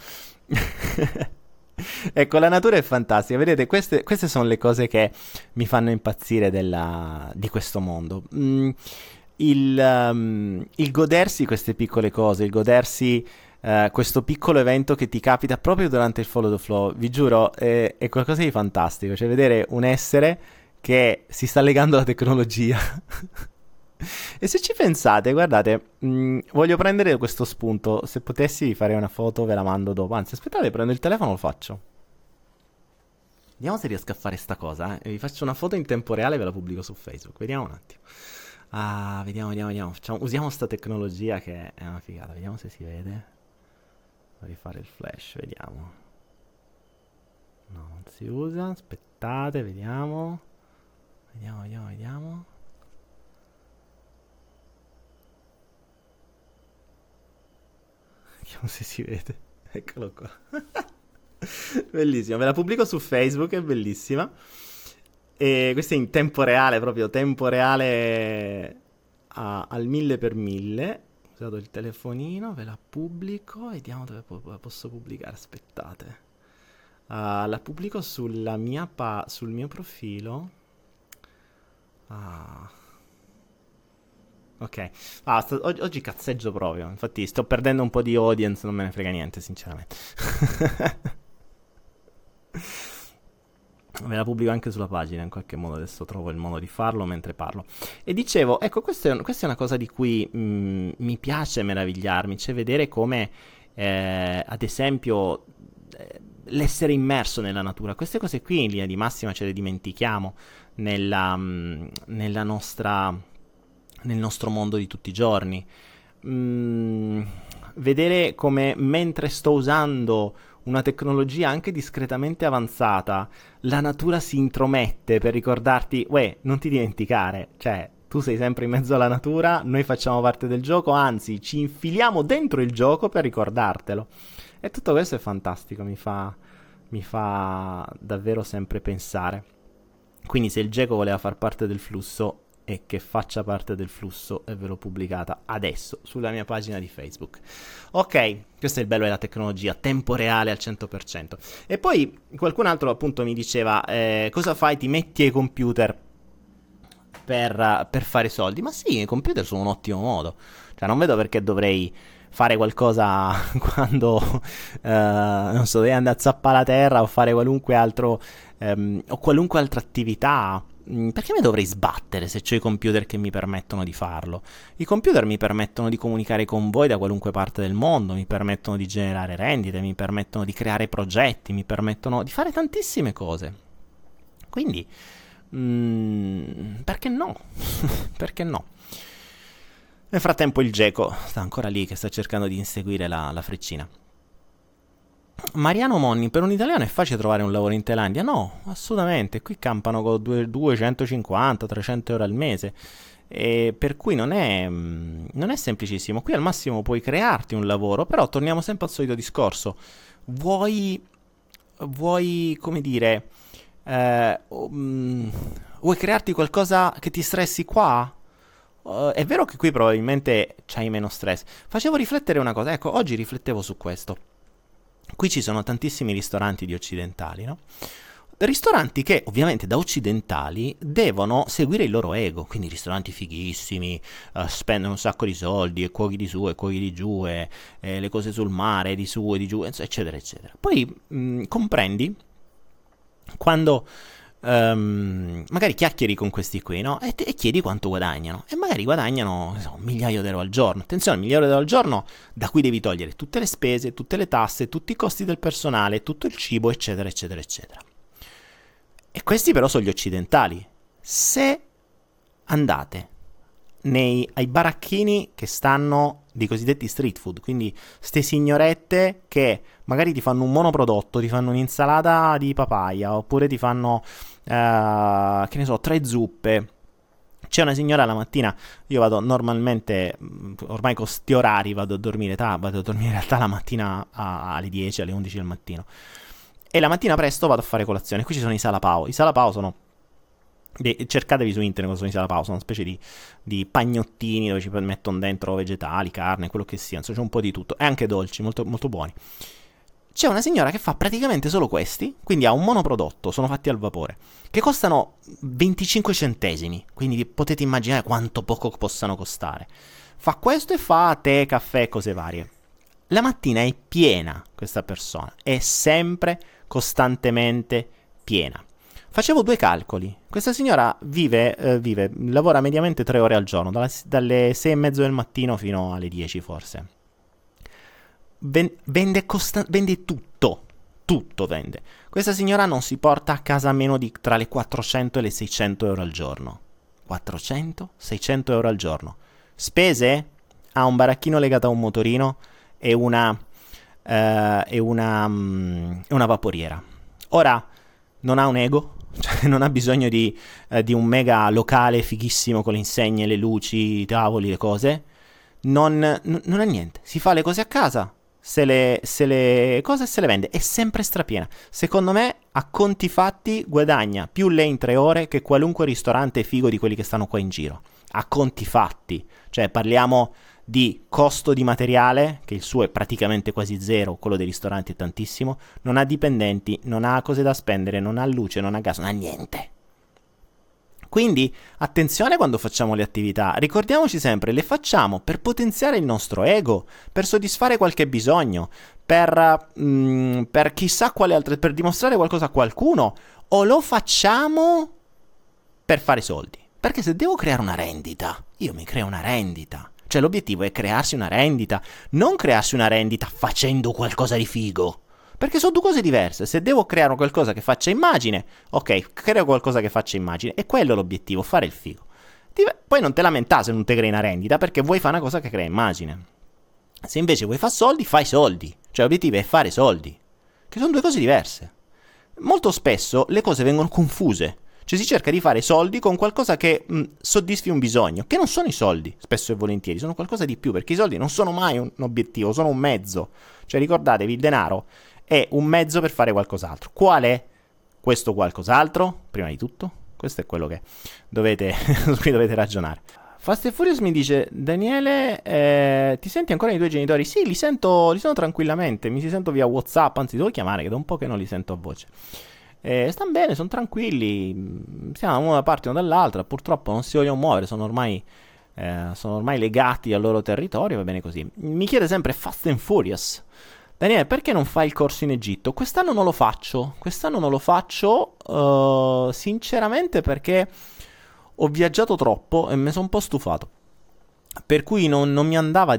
Ecco, la natura è fantastica. Vedete, queste sono le cose che mi fanno impazzire di questo mondo. Il godersi queste piccole cose, il godersi questo piccolo evento che ti capita proprio durante il Follow the Flow. Vi giuro, è qualcosa di fantastico. Cioè, vedere un essere che si sta legando alla tecnologia. E se ci pensate, guardate, voglio prendere questo spunto. Se potessi fare una foto, ve la mando dopo. Anzi, aspettate, prendo il telefono e lo faccio. Vediamo se riesco a fare sta cosa. Vi faccio una foto in tempo reale e ve la pubblico su Facebook. Vediamo un attimo. Ah, vediamo. Usiamo sta tecnologia che è una figata. Vediamo se si vede. Vorrei fare il flash, vediamo. No, non si usa. Aspettate, vediamo. Vediamo. Vediamo se si vede. Eccolo qua. Bellissimo, ve la pubblico su Facebook, è bellissima. E questo è in tempo reale, proprio tempo reale al 1000x1000. Ho usato il telefonino, ve la pubblico. Vediamo dove posso pubblicare. Aspettate. La pubblico sulla sul mio profilo. Ok. Oggi cazzeggio proprio. Infatti sto perdendo un po' di audience, non me ne frega niente, sinceramente. Ve la pubblico anche sulla pagina, in qualche modo adesso trovo il modo di farlo mentre parlo. E dicevo, ecco, questa è una cosa di cui mi piace meravigliarmi, cioè vedere come, ad esempio, l'essere immerso nella natura. Queste cose qui in linea di massima ce le dimentichiamo nel nostro mondo di tutti i giorni. Vedere come mentre sto usando una tecnologia anche discretamente avanzata, la natura si intromette per ricordarti, uè, non ti dimenticare, cioè, tu sei sempre in mezzo alla natura, noi facciamo parte del gioco, anzi, ci infiliamo dentro il gioco per ricordartelo. E tutto questo è fantastico, mi fa davvero sempre pensare. Quindi se il Geco voleva far parte del flusso, e che faccia parte del flusso, e ve l'ho pubblicata adesso sulla mia pagina di Facebook. Ok, questo è il bello della tecnologia, tempo reale al 100%. E poi qualcun altro appunto mi diceva, cosa fai? Ti metti ai computer per fare soldi? Ma sì, i computer sono un ottimo modo, cioè non vedo perché dovrei fare qualcosa quando non so, devi andare a zappare la terra o fare qualunque altro o qualunque altra attività. Perché mi dovrei sbattere se c'ho i computer che mi permettono di farlo? I computer mi permettono di comunicare con voi da qualunque parte del mondo, mi permettono di generare rendite, mi permettono di creare progetti, mi permettono di fare tantissime cose. Quindi, perché no? Perché no? Nel frattempo il Geco sta ancora lì che sta cercando di inseguire la freccina. Mariano Monni, per un italiano è facile trovare un lavoro in Thailandia? No, assolutamente, qui campano con 250-300 euro al mese, e per cui non è semplicissimo. Qui al massimo puoi crearti un lavoro, però torniamo sempre al solito discorso. Vuoi come dire, vuoi crearti qualcosa che ti stressi qua? È vero che qui probabilmente c'hai meno stress. Facevo riflettere una cosa, ecco, oggi riflettevo su questo. Qui ci sono tantissimi ristoranti di occidentali, no? Ristoranti che ovviamente da occidentali devono seguire il loro ego, quindi ristoranti fighissimi, spendono un sacco di soldi, e cuochi di su e cuochi di giù, e le cose sul mare di su e di giù, eccetera eccetera. Poi comprendi quando magari chiacchieri con questi qui, no? E chiedi quanto guadagnano, e magari guadagnano, non so, 1.000.000 euro al giorno. Attenzione, 1.000.000 euro al giorno da cui devi togliere tutte le spese, tutte le tasse, tutti i costi del personale, tutto il cibo, eccetera eccetera eccetera. E questi però sono gli occidentali. Se andate ai baracchini che stanno di cosiddetti street food, quindi ste signorette che magari ti fanno un monoprodotto, ti fanno un'insalata di papaya, oppure ti fanno che ne so, 3 zuppe. C'è una signora la mattina, io vado normalmente, ormai con sti orari vado a dormire in realtà la mattina alle 10, alle 11 del mattino, e la mattina presto vado a fare colazione. Qui ci sono i salapao. I salapao sono, cercatevi su internet cosa sono i salapao, sono una specie di pagnottini dove ci mettono dentro vegetali, carne, quello che sia, insomma c'è un po' di tutto, e anche dolci, molto, molto buoni. C'è una signora che fa praticamente solo questi, quindi ha un monoprodotto, sono fatti al vapore, che costano 25 centesimi, quindi potete immaginare quanto poco possano costare. Fa questo e fa tè, caffè, cose varie. la mattina è piena questa persona, è sempre, costantemente piena. Facevo 2 calcoli. Questa signora lavora mediamente 3 ore al giorno, dalle 6:30 del mattino fino alle 10 forse. Vende tutto vende. Questa signora non si porta a casa meno di tra le 400 e le 600 euro al giorno. 400-600 euro al giorno. Spese? Ha un baracchino legato a un motorino e una vaporiera. Ora, non ha un ego, cioè non ha bisogno di un mega locale fighissimo con le insegne, le luci, i tavoli, le cose. Non ha niente. Si fa le cose a casa, se le cose se le vende. È sempre strapiena. Secondo me, a conti fatti, guadagna più lei in 3 ore che qualunque ristorante figo di quelli che stanno qua in giro. A conti fatti. Cioè, parliamo di costo di materiale, che il suo è praticamente quasi zero, quello dei ristoranti è tantissimo, non ha dipendenti, non ha cose da spendere, non ha luce, non ha gas, non ha niente. Quindi attenzione quando facciamo le attività, ricordiamoci sempre, le facciamo per potenziare il nostro ego, per soddisfare qualche bisogno, per chissà quale altre, per dimostrare qualcosa a qualcuno, o lo facciamo per fare soldi. Perché se devo creare una rendita, io mi creo una rendita. Cioè l'obiettivo è crearsi una rendita, non crearsi una rendita facendo qualcosa di figo. Perché sono 2 cose diverse. Se devo creare qualcosa che faccia immagine, ok, creo qualcosa che faccia immagine. E quello è l'obiettivo, fare il figo. Poi non te lamentare se non te crei una rendita, perché vuoi fare una cosa che crea immagine. Se invece vuoi fare soldi, fai soldi. Cioè l'obiettivo è fare soldi. Che sono 2 cose diverse. Molto spesso le cose vengono confuse. Cioè si cerca di fare soldi con qualcosa che soddisfi un bisogno, che non sono i soldi, spesso e volentieri, sono qualcosa di più, perché i soldi non sono mai un obiettivo, sono un mezzo. Cioè ricordatevi, il denaro è un mezzo per fare qualcos'altro. Qual è questo qualcos'altro? Prima di tutto, questo è quello che su cui dovete ragionare. Fast and Furious mi dice: Daniele, ti senti ancora i tuoi genitori? Sì, li sento tranquillamente, mi si sento via WhatsApp, anzi devo chiamare che da un po' che non li sento a voce. Stanno bene, sono tranquilli, siamo da una parte o dall'altra, purtroppo non si vogliono muovere, sono ormai legati al loro territorio, va bene così. Mi chiede sempre Fast and Furious: Daniele, perché non fai il corso in Egitto? Quest'anno non lo faccio, sinceramente perché ho viaggiato troppo e mi sono un po' stufato. Per cui non mi andava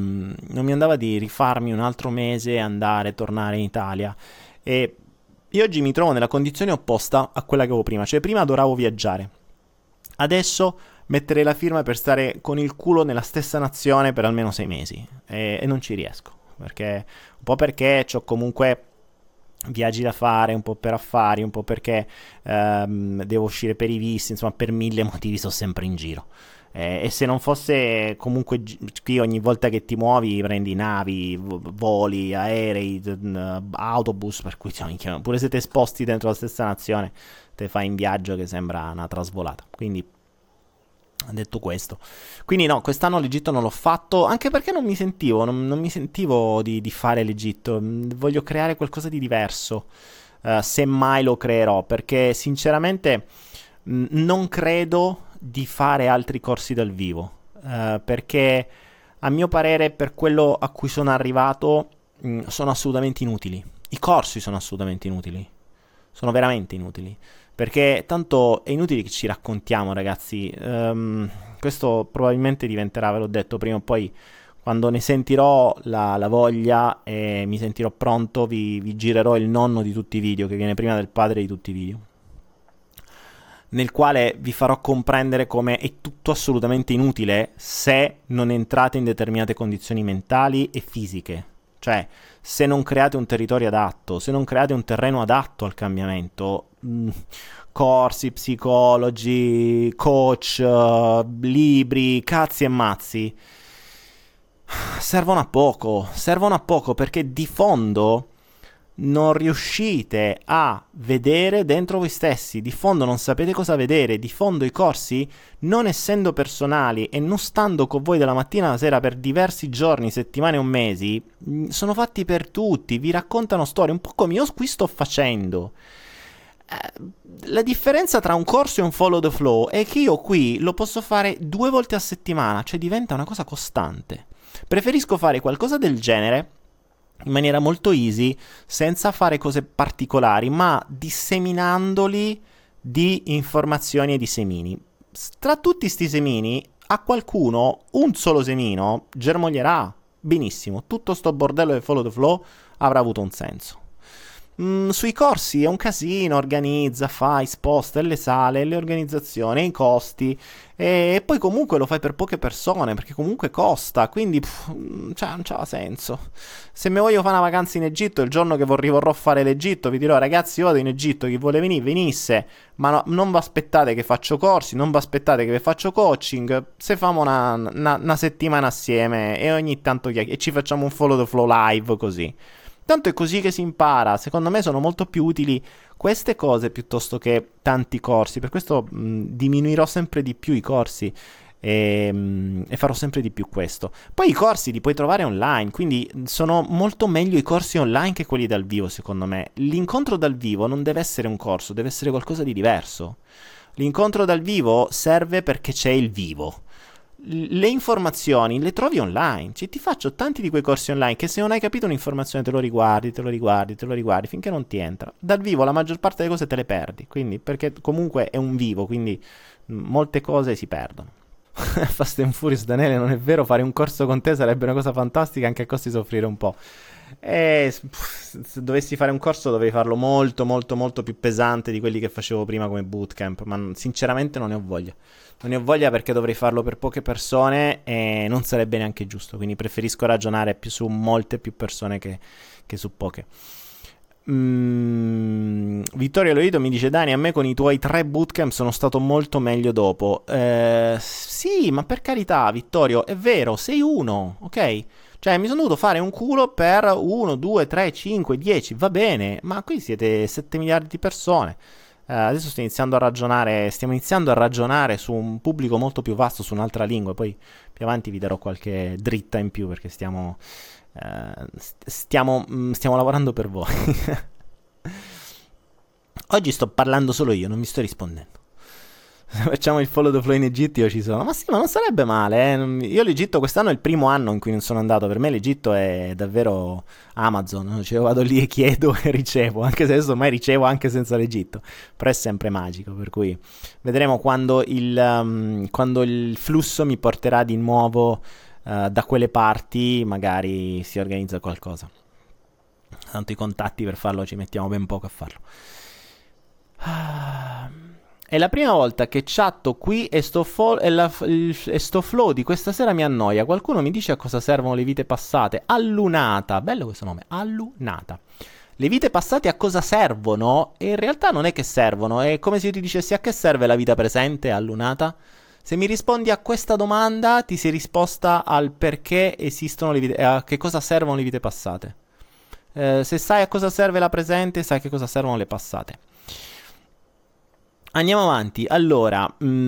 di rifarmi un altro mese, andare, tornare in Italia. E io oggi mi trovo nella condizione opposta a quella che avevo prima. Cioè prima adoravo viaggiare, adesso metterei la firma per stare con il culo nella stessa nazione per almeno 6 mesi e non ci riesco, un po' perché ho comunque viaggi da fare, un po' per affari, un po' perché devo uscire per i visti, insomma per 1000 motivi sto sempre in giro. E se non fosse comunque qui ogni volta che ti muovi prendi navi, voli, aerei, autobus, per cui pure se te sposti dentro la stessa nazione te fai un viaggio che sembra una trasvolata. Quindi detto questo, quindi no, quest'anno l'Egitto non l'ho fatto, anche perché non mi sentivo di fare l'Egitto. Voglio creare qualcosa di diverso, se mai lo creerò, perché sinceramente non credo di fare altri corsi dal vivo, perché a mio parere per quello a cui sono arrivato sono assolutamente inutili. I corsi sono assolutamente inutili, sono veramente inutili, perché tanto è inutile che ci raccontiamo, ragazzi. Questo probabilmente diventerà, ve l'ho detto prima o poi, quando ne sentirò la voglia e mi sentirò pronto, vi girerò il nonno di tutti i video, che viene prima del padre di tutti i video, nel quale vi farò comprendere come è tutto assolutamente inutile se non entrate in determinate condizioni mentali e fisiche. Cioè, se non create un territorio adatto, se non create un terreno adatto al cambiamento, corsi, psicologi, coach, libri, cazzi e mazzi, servono a poco, perché di fondo non riuscite a vedere dentro voi stessi, di fondo non sapete cosa vedere, di fondo i corsi, non essendo personali e non stando con voi dalla mattina alla sera per diversi giorni, settimane o mesi, sono fatti per tutti, vi raccontano storie, un po' come io qui sto facendo. La differenza tra un corso e un follow the flow è che io qui lo posso fare 2 volte a settimana, cioè diventa una cosa costante. Preferisco fare qualcosa del genere in maniera molto easy, senza fare cose particolari, ma disseminandoli di informazioni e di semini. Tra tutti sti semini, a qualcuno un solo semino germoglierà benissimo. Tutto sto bordello del follow the flow avrà avuto un senso. Sui corsi è un casino, organizza, fai, sposta le sale, le organizzazioni, i costi, e poi comunque lo fai per poche persone perché comunque costa, quindi cioè, non c'ha senso. Se mi voglio fare una vacanza in Egitto, il giorno che rivorrò a fare l'Egitto vi dirò: ragazzi, io vado in Egitto, chi vuole venire venisse, ma no, non vi aspettate che faccio corsi, non vi aspettate che vi faccio coaching, se famo una settimana assieme e ogni tanto e ci facciamo un follow the flow live così. Tanto è così che si impara. Secondo me sono molto più utili queste cose piuttosto che tanti corsi. Per questo diminuirò sempre di più i corsi e farò sempre di più questo. Poi i corsi li puoi trovare online, quindi sono molto meglio i corsi online che quelli dal vivo, secondo me. L'incontro dal vivo non deve essere un corso, deve essere qualcosa di diverso. L'incontro dal vivo serve perché c'è il vivo. Le informazioni le trovi online. Ti faccio tanti di quei corsi online che se non hai capito un'informazione te lo riguardi finché non ti entra. Dal vivo la maggior parte delle cose te le perdi, quindi, perché comunque è un vivo, quindi molte cose si perdono. Fast and Furious, Daniele, non è vero, fare un corso con te sarebbe una cosa fantastica anche a costi di soffrire un po'. Se dovessi fare un corso dovrei farlo molto molto molto più pesante di quelli che facevo prima come bootcamp, ma sinceramente non ne ho voglia. Non ne ho voglia perché dovrei farlo per poche persone e non sarebbe neanche giusto, quindi preferisco ragionare più su molte più persone che su poche. Vittorio Loito mi dice: Dani, a me con i tuoi 3 bootcamp sono stato molto meglio dopo. Sì, ma per carità, Vittorio, è vero, sei uno, ok? Cioè, mi sono dovuto fare un culo per 1, 2, 3, 5, 10, va bene, ma qui siete 7 miliardi di persone. Adesso stiamo iniziando a ragionare su un pubblico molto più vasto, su un'altra lingua. Poi più avanti vi darò qualche dritta in più perché stiamo lavorando per voi. Oggi sto parlando solo io, non mi sto rispondendo. Se facciamo il follow the flow in Egitto io ci sono. Ma sì, ma non sarebbe male, Io l'Egitto quest'anno è il primo anno in cui non sono andato. Per me l'Egitto è davvero Amazon, cioè io vado lì e chiedo e ricevo, anche se adesso ormai ricevo anche senza l'Egitto, però è sempre magico, per cui vedremo quando il flusso mi porterà di nuovo da quelle parti, magari si organizza qualcosa. Tanto i contatti per farlo ci mettiamo ben poco a farlo. È la prima volta che chatto qui e sto flow di questa sera mi annoia. Qualcuno mi dice a cosa servono le vite passate? Allunata, bello questo nome, Allunata. Le vite passate a cosa servono? E in realtà non è che servono, è come se io ti dicessi: a che serve la vita presente, Allunata? Se mi rispondi a questa domanda ti sei risposta al perché esistono le vite, a che cosa servono le vite passate. Se sai a cosa serve la presente, sai a che cosa servono le passate. Andiamo avanti. Allora,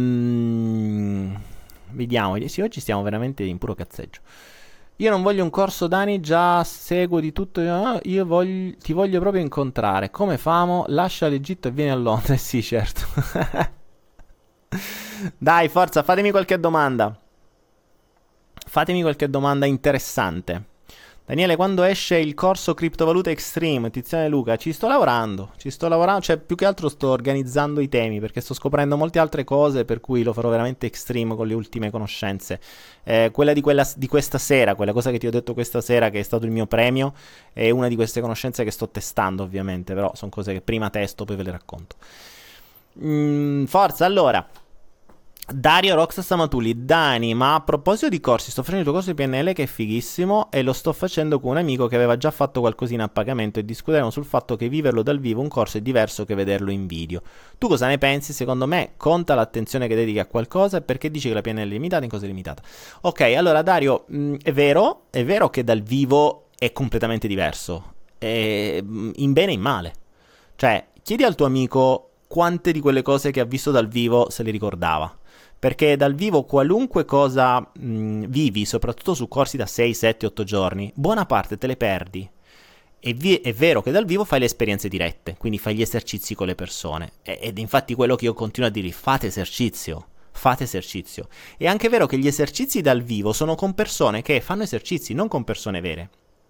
vediamo. Sì, oggi stiamo veramente in puro cazzeggio. Io non voglio un corso, Dani, già seguo di tutto. Ti voglio proprio incontrare. Come famo? Lascia l'Egitto e vieni a Londra. Sì, certo. Dai, forza, fatemi qualche domanda. Fatemi qualche domanda interessante. Daniele, quando esce il corso Criptovalute Extreme, Tiziano e Luca? Ci sto lavorando, cioè più che altro sto organizzando i temi perché sto scoprendo molte altre cose, per cui lo farò veramente extreme con le ultime conoscenze. Quella di questa sera, quella cosa che ti ho detto questa sera che è stato il mio premio, è una di queste conoscenze che sto testando ovviamente, però sono cose che prima testo, poi ve le racconto. Forza, allora. Dario Roxa Samatuli: Dani, ma a proposito di corsi, sto facendo il tuo corso di PNL che è fighissimo e lo sto facendo con un amico che aveva già fatto qualcosina a pagamento e discuteremo sul fatto che viverlo dal vivo un corso è diverso che vederlo in video. Tu cosa ne pensi? Secondo me conta l'attenzione che dedichi a qualcosa, e perché dici che la PNL è limitata in cosa è limitata. Ok, allora Dario, è vero che dal vivo è completamente diverso, in bene e in male. Cioè, chiedi al tuo amico quante di quelle cose che ha visto dal vivo se le ricordava. Perché dal vivo qualunque cosa vivi, soprattutto su corsi da 6, 7, 8 giorni, buona parte te le perdi. È vero che dal vivo fai le esperienze dirette, quindi fai gli esercizi con le persone. Ed infatti quello che io continuo a dire: fate esercizio. È anche vero che gli esercizi dal vivo sono con persone che fanno esercizi, non con persone vere.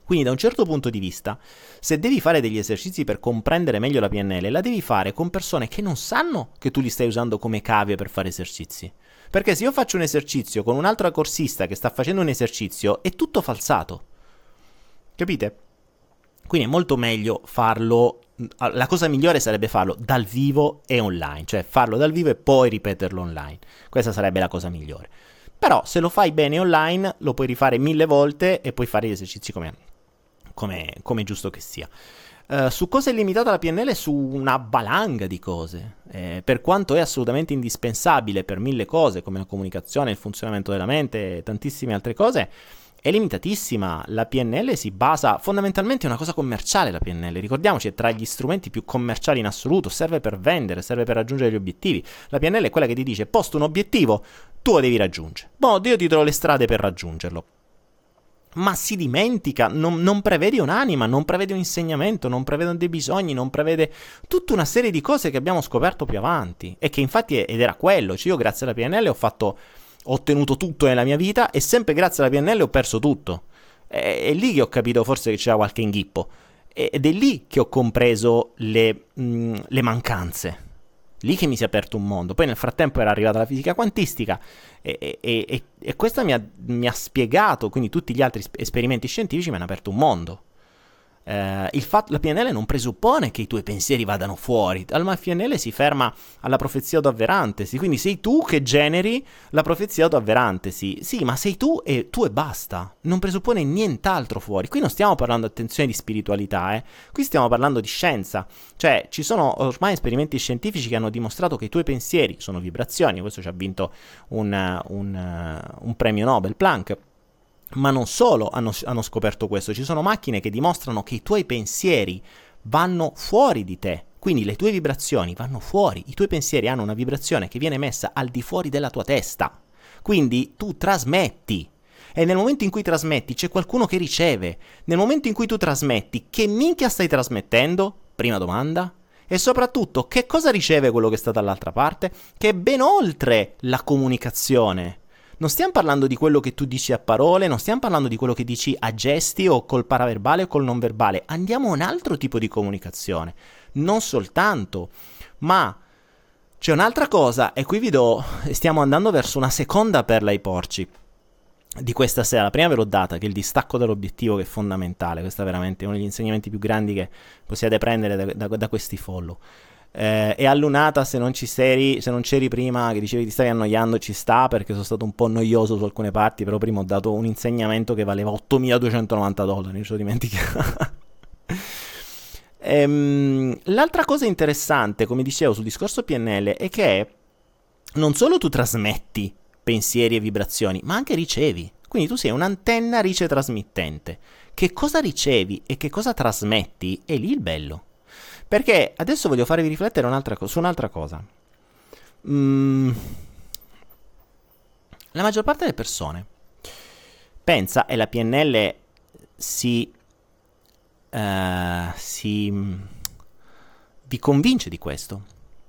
Quindi da un certo punto di vista, se devi fare degli esercizi per comprendere meglio la PNL, la devi fare con persone che non sanno che tu li stai usando come cavie per fare esercizi. Perché se io faccio un esercizio con un'altra corsista che sta facendo un esercizio, è tutto falsato. Capite? Quindi è molto meglio farlo, la cosa migliore sarebbe farlo dal vivo e online, cioè farlo dal vivo e poi ripeterlo online. Questa sarebbe la cosa migliore. Però se lo fai bene online, lo puoi rifare 1000 volte e puoi fare gli esercizi come giusto che sia. Su cosa è limitata la PNL? Su una valanga di cose, per quanto è assolutamente indispensabile per 1000 cose come la comunicazione, il funzionamento della mente e tantissime altre cose, è limitatissima. La PNL si basa fondamentalmente è una cosa commerciale. La PNL, ricordiamoci, è tra gli strumenti più commerciali in assoluto, serve per vendere, serve per raggiungere gli obiettivi. La PNL è quella che ti dice: posto un obiettivo, tu lo devi raggiungere, io ti trovo le strade per raggiungerlo. Ma si dimentica, non prevede un'anima, non prevede un insegnamento, non prevede dei bisogni, non prevede tutta una serie di cose che abbiamo scoperto più avanti, e che infatti ed era quello. Cioè io grazie alla PNL ho ottenuto tutto nella mia vita, e sempre grazie alla PNL ho perso tutto. È lì che ho capito forse che c'era qualche inghippo, ed è lì che ho compreso le mancanze. Lì che mi si è aperto un mondo. Poi nel frattempo era arrivata la fisica quantistica e questa mi ha spiegato, quindi tutti gli altri esperimenti scientifici mi hanno aperto un mondo. La PNL non presuppone che i tuoi pensieri vadano fuori. La PNL si ferma alla profezia autoavverantesi. Quindi sei tu che generi la profezia autoavverantesi. Sì, ma sei tu e basta. Non presuppone nient'altro fuori. Qui non stiamo parlando, attenzione, di spiritualità, Qui stiamo parlando di scienza. Cioè, ci sono ormai esperimenti scientifici che hanno dimostrato che i tuoi pensieri sono vibrazioni. Questo ci ha vinto un premio Nobel, Planck. Ma non solo hanno scoperto questo, ci sono macchine che dimostrano che i tuoi pensieri vanno fuori di te, quindi le tue vibrazioni vanno fuori, i tuoi pensieri hanno una vibrazione che viene messa al di fuori della tua testa, quindi tu trasmetti, e nel momento in cui trasmetti c'è qualcuno che riceve. Nel momento in cui tu trasmetti, che minchia stai trasmettendo? Prima domanda. E soprattutto, che cosa riceve quello che sta dall'altra parte? Che è ben oltre la comunicazione. Non stiamo parlando di quello che tu dici a parole, non stiamo parlando di quello che dici a gesti o col paraverbale o col non verbale. Andiamo a un altro tipo di comunicazione. Non soltanto, ma c'è un'altra cosa, e qui stiamo andando verso una seconda perla ai porci di questa sera. La prima ve l'ho data, che è il distacco dall'obiettivo, che è fondamentale. Questo è veramente uno degli insegnamenti più grandi che possiate prendere da questi follow. E all'unata, se non c'eri prima, che dicevi che ti stavi annoiando, ci sta, perché sono stato un po' noioso su alcune parti, però prima ho dato un insegnamento che valeva $8.290, non sono dimenticato. L'altra cosa interessante, come dicevo, sul discorso PNL è che non solo tu trasmetti pensieri e vibrazioni, ma anche ricevi. Quindi tu sei un'antenna ricetrasmittente. Che cosa ricevi e che cosa trasmetti è lì il bello. Perché adesso voglio farvi riflettere su un'altra cosa. La maggior parte delle persone pensa, e la PNL vi convince di questo,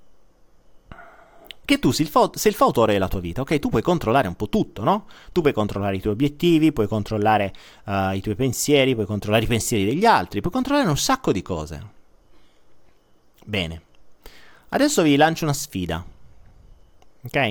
che tu sei il fautore della tua vita, ok? Tu puoi controllare un po' tutto, no? Tu puoi controllare i tuoi obiettivi, puoi controllare i tuoi pensieri, puoi controllare i pensieri degli altri, puoi controllare un sacco di cose. Bene, adesso vi lancio una sfida, ok?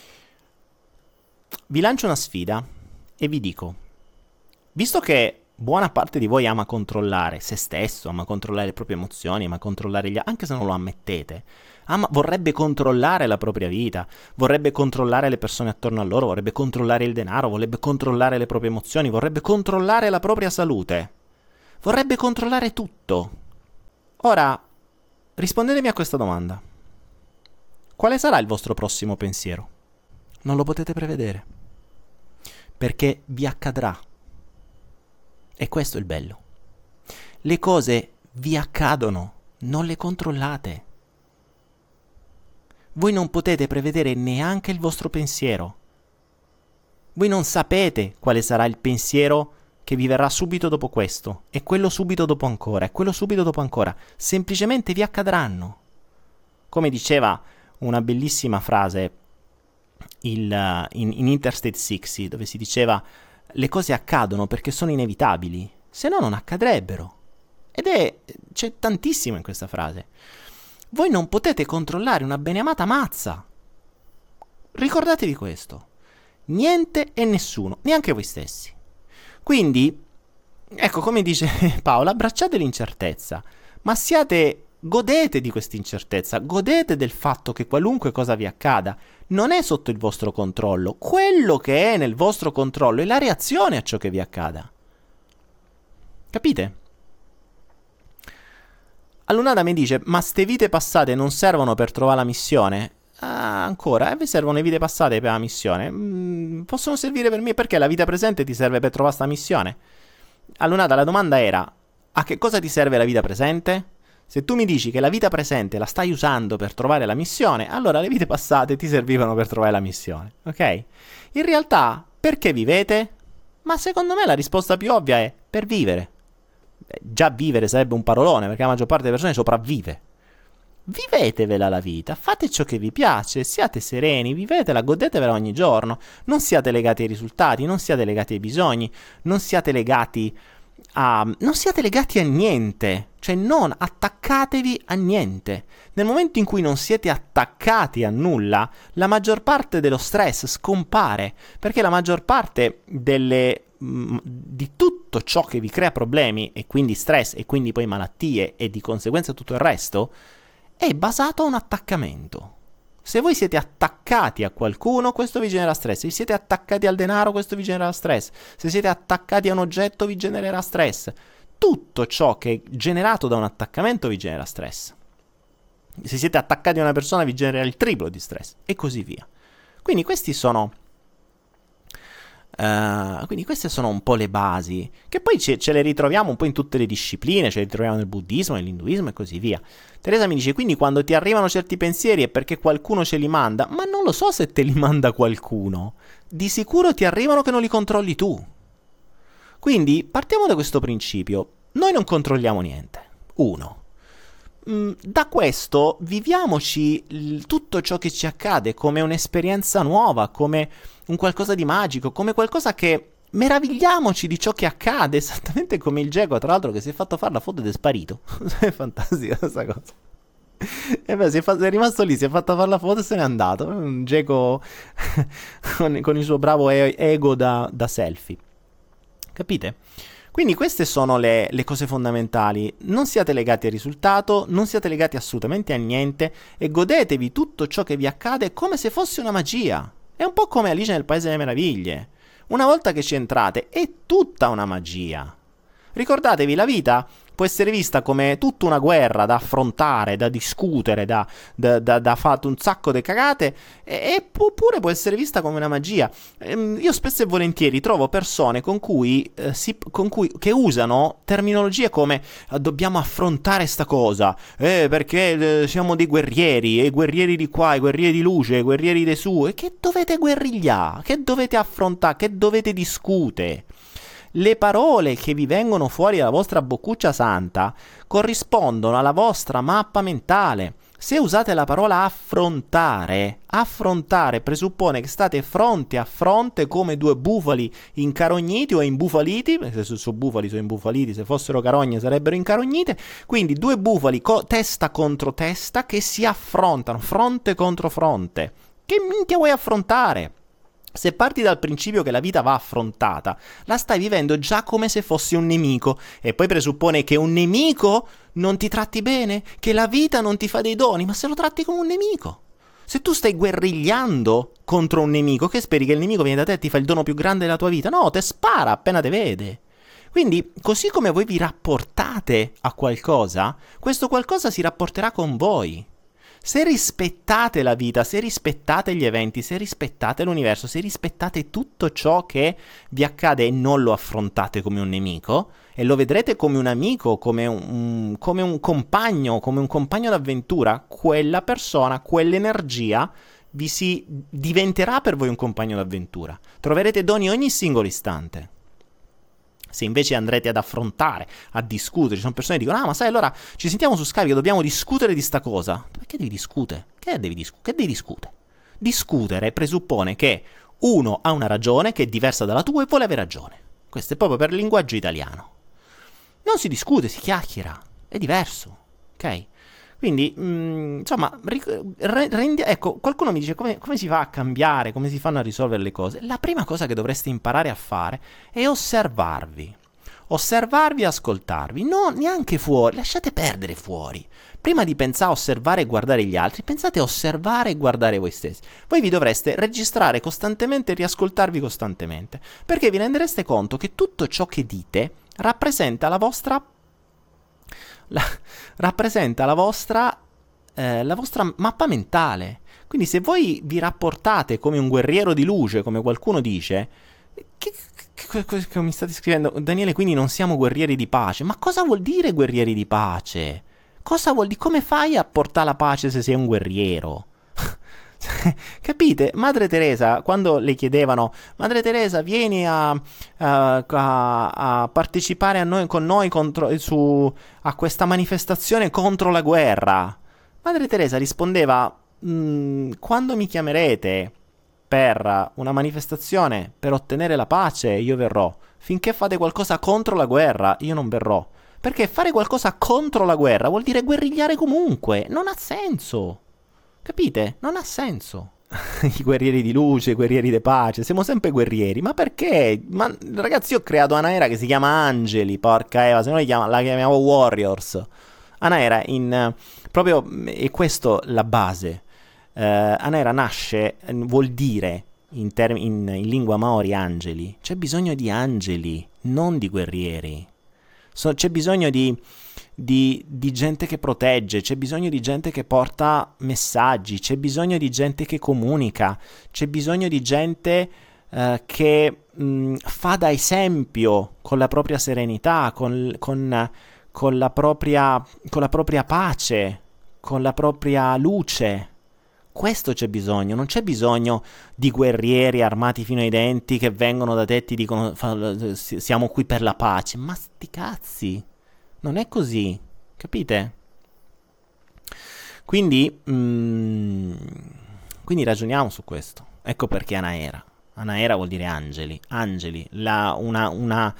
Vi lancio una sfida e vi dico, visto che buona parte di voi ama controllare se stesso, ama controllare le proprie emozioni, ama controllare gli altri, anche se non lo ammettete, vorrebbe controllare la propria vita, vorrebbe controllare le persone attorno a loro, vorrebbe controllare il denaro, vorrebbe controllare le proprie emozioni, vorrebbe controllare la propria salute, vorrebbe controllare tutto. Ora, rispondetemi a questa domanda. Quale sarà il vostro prossimo pensiero? Non lo potete prevedere, perché vi accadrà. E questo è il bello. Le cose vi accadono, non le controllate. Voi non potete prevedere neanche il vostro pensiero. Voi non sapete quale sarà il pensiero che vi verrà subito dopo questo, e quello subito dopo ancora, e quello subito dopo ancora. Semplicemente vi accadranno. Come diceva una bellissima frase in Interstate 60, dove si diceva: le cose accadono perché sono inevitabili, se no non accadrebbero. C'è tantissimo in questa frase. Voi non potete controllare una beneamata mazza. Ricordatevi questo. Niente e nessuno, neanche voi stessi. Quindi, ecco, come dice Paola, abbracciate l'incertezza, ma godete di questa incertezza, godete del fatto che qualunque cosa vi accada non è sotto il vostro controllo. Quello che è nel vostro controllo è la reazione a ciò che vi accada. Capite? Allunada mi dice, ma ste vite passate non servono per trovare la missione? Ah, ancora, vi servono le vite passate per la missione? Possono servire per me, perché la vita presente ti serve per trovare sta missione? Allunada, la domanda era, a che cosa ti serve la vita presente? Se tu mi dici che la vita presente la stai usando per trovare la missione, allora le vite passate ti servivano per trovare la missione, ok? In realtà, perché vivete? Ma secondo me la risposta più ovvia è per vivere. Già vivere sarebbe un parolone, perché la maggior parte delle persone sopravvive. Vivetevela la vita, fate ciò che vi piace, siate sereni, vivetela, godetevela ogni giorno. Non siate legati ai risultati, non siate legati ai bisogni, non siate legati a niente. Cioè non attaccatevi a niente. Nel momento in cui non siete attaccati a nulla, la maggior parte dello stress scompare, perché la maggior parte di tutto ciò che vi crea problemi e quindi stress e quindi poi malattie e di conseguenza tutto il resto è basato a un attaccamento. Se voi siete attaccati a qualcuno, questo vi genera stress. Se siete attaccati al denaro, questo vi genererà stress. Se siete attaccati a un oggetto, vi genererà stress. Tutto ciò che è generato da un attaccamento vi genera stress. Se siete attaccati a una persona, vi genererà il triplo di stress e così via. Quindi queste sono un po' le basi, che poi ce le ritroviamo un po' in tutte le discipline, ce le ritroviamo nel buddismo, nell'induismo e così via. Teresa mi dice, quindi quando ti arrivano certi pensieri è perché qualcuno ce li manda? Ma non lo so se te li manda qualcuno. Di sicuro ti arrivano che non li controlli tu. Quindi partiamo da questo principio. Noi non controlliamo niente. 1. Da questo viviamoci tutto ciò che ci accade come un'esperienza nuova, come un qualcosa di magico, come qualcosa che meravigliamoci di ciò che accade, esattamente come il geco, tra l'altro, che si è fatto fare la foto ed è sparito. È fantastica questa cosa. E beh, è rimasto lì, si è fatto fare la foto e se n'è andato. Un geco con il suo bravo ego da selfie. Capite? Quindi queste sono le cose fondamentali. Non siate legati al risultato, non siate legati assolutamente a niente e godetevi tutto ciò che vi accade come se fosse una magia. È un po' come Alice nel Paese delle Meraviglie. Una volta che ci entrate è tutta una magia. Ricordatevi, la vita può essere vista come tutta una guerra da affrontare, da discutere, da fare un sacco di cagate, oppure può essere vista come una magia. Io spesso e volentieri trovo persone che usano terminologie come dobbiamo affrontare sta cosa, perché siamo dei guerrieri, e guerrieri di qua, e guerrieri di luce, e guerrieri di su, e che dovete guerrigliare, che dovete affrontare, che dovete discutere. Le parole che vi vengono fuori dalla vostra boccuccia santa corrispondono alla vostra mappa mentale. Se usate la parola affrontare presuppone che state fronte a fronte come due bufali incarogniti o imbufaliti, se sono bufali sono imbufaliti, se fossero carogne sarebbero incarognite, quindi due bufali testa contro testa che si affrontano, fronte contro fronte. Che minchia vuoi affrontare? Se parti dal principio che la vita va affrontata, la stai vivendo già come se fossi un nemico e poi presuppone che un nemico non ti tratti bene, che la vita non ti fa dei doni, ma se lo tratti come un nemico. Se tu stai guerrigliando contro un nemico, che speri che il nemico viene da te e ti fa il dono più grande della tua vita? No, te spara appena te vede. Quindi, così come voi vi rapportate a qualcosa, questo qualcosa si rapporterà con voi. Se rispettate la vita, se rispettate gli eventi, se rispettate l'universo, se rispettate tutto ciò che vi accade e non lo affrontate come un nemico, e lo vedrete come un amico, come un compagno d'avventura, quella persona, quell'energia diventerà per voi un compagno d'avventura. Troverete doni ogni singolo istante. Se invece andrete ad affrontare, a discutere, ci sono persone che dicono: ah, ma sai, allora ci sentiamo su Skype, dobbiamo discutere di sta cosa. Perché devi discutere? Che devi discutere? Discutere presuppone che uno ha una ragione che è diversa dalla tua e vuole avere ragione. Questo è proprio per il linguaggio italiano. Non si discute, si chiacchiera, è diverso, ok? Quindi, insomma, ecco, qualcuno mi dice come si fa a cambiare, come si fanno a risolvere le cose. La prima cosa che dovreste imparare a fare è osservarvi. Osservarvi e ascoltarvi, non neanche fuori, lasciate perdere fuori. Prima di pensare a osservare e guardare gli altri, pensate a osservare e guardare voi stessi. Voi vi dovreste registrare costantemente e riascoltarvi costantemente, perché vi rendereste conto che tutto ciò che dite rappresenta la vostra mappa mentale. Quindi se voi vi rapportate come un guerriero di luce, come qualcuno dice, che mi state scrivendo? Daniele, quindi non siamo guerrieri di pace. Ma cosa vuol dire guerrieri di pace? Cosa vuol dire? Come fai a portare la pace se sei un guerriero? Capite? Madre Teresa, quando le chiedevano, Madre Teresa, vieni a partecipare con noi a questa manifestazione contro la guerra. Madre Teresa rispondeva, quando mi chiamerete per una manifestazione per ottenere la pace, io verrò. Finché fate qualcosa contro la guerra, io non verrò. Perché fare qualcosa contro la guerra vuol dire guerrigliare comunque. Non ha senso. Capite? Non ha senso. I guerrieri di luce, i guerrieri di pace, siamo sempre guerrieri. Ma perché? Ma ragazzi, io ho creato una era che si chiama Angeli, porca Eva, se no la chiamiamo Warriors. Anaera proprio è questo la base. Anaera nasce, vuol dire in lingua maori angeli. C'è bisogno di angeli, non di guerrieri. C'è bisogno di gente che protegge, c'è bisogno di gente che porta messaggi, c'è bisogno di gente che comunica, c'è bisogno di gente che fa da esempio con la propria serenità, con la propria pace, con la propria luce. Questo c'è bisogno, non c'è bisogno di guerrieri armati fino ai denti che vengono da te e ti dicono siamo qui per la pace. Ma sti cazzi, non è così, capite? Quindi ragioniamo su questo. Ecco perché Anaera. Anaera vuol dire angeli. Angeli, una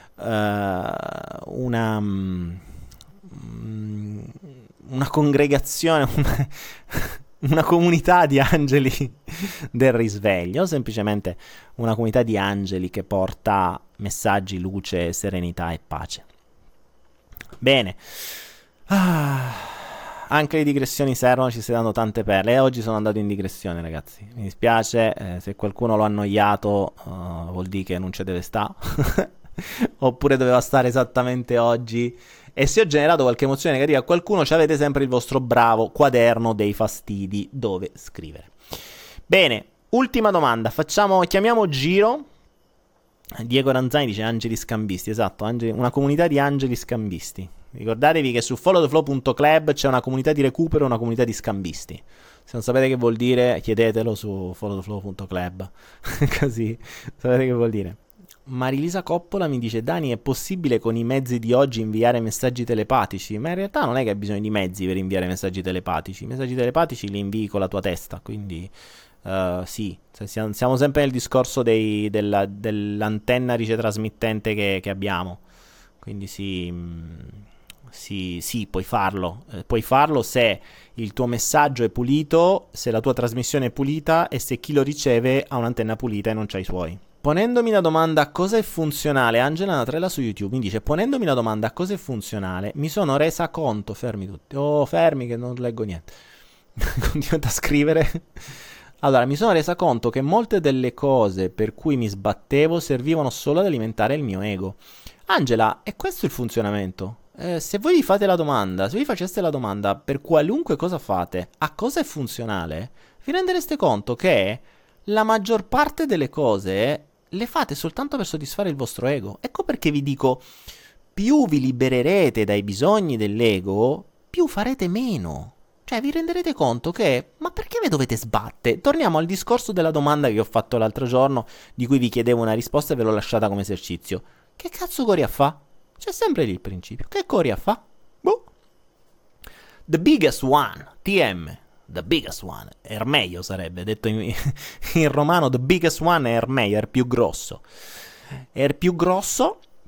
congregazione, una comunità di angeli del risveglio, o semplicemente una comunità di angeli che porta messaggi, luce, serenità e pace. Bene. Anche le digressioni servono, ci stai dando tante perle. E oggi sono andato in digressione, ragazzi. Mi dispiace, se qualcuno l'ho annoiato, vuol dire che non ci deve stare. Oppure doveva stare esattamente oggi. E se ho generato qualche emozione negativa a qualcuno, avete sempre il vostro bravo quaderno dei fastidi dove scrivere. Bene, ultima domanda. Chiamiamo Giro. Diego Ranzani dice angeli scambisti. Esatto, una comunità di angeli scambisti. Ricordatevi che su followtheflow.club c'è una comunità di recupero e una comunità di scambisti. Se non sapete che vuol dire, chiedetelo su followtheflow.club. Così sapete che vuol dire. Marilisa Coppola mi dice: Dani, è possibile con i mezzi di oggi inviare messaggi telepatici? Ma in realtà non è che hai bisogno di mezzi per inviare messaggi telepatici. I messaggi telepatici li invii con la tua testa, quindi sì, siamo sempre nel discorso dell'antenna ricetrasmittente che abbiamo. Quindi sì, puoi farlo. Puoi farlo se il tuo messaggio è pulito, se la tua trasmissione è pulita e se chi lo riceve ha un'antenna pulita e non c'ha i suoi. Ponendomi la domanda cosa è funzionale, Angela Natrella su YouTube mi dice: ponendomi la domanda cosa è funzionale, mi sono resa conto, fermi tutti, fermi che non leggo niente, continuate a scrivere. Allora, mi sono resa conto che molte delle cose per cui mi sbattevo servivano solo ad alimentare il mio ego. Angela, è questo il funzionamento? Se voi vi fate la domanda, se vi faceste la domanda per qualunque cosa fate, a cosa è funzionale, vi rendereste conto che la maggior parte delle cose le fate soltanto per soddisfare il vostro ego. Ecco perché vi dico, più vi libererete dai bisogni dell'ego, più farete meno. Cioè vi renderete conto che, ma perché vi dovete sbattere? Torniamo al discorso della domanda che ho fatto l'altro giorno, di cui vi chiedevo una risposta e ve l'ho lasciata come esercizio. Che cazzo corri a fa? C'è sempre lì il principio. Che corri a fa? Boh. The biggest one, TM. The biggest one, Ermeio sarebbe, detto in romano, the biggest one è Ermeio, è il più grosso. È il più grosso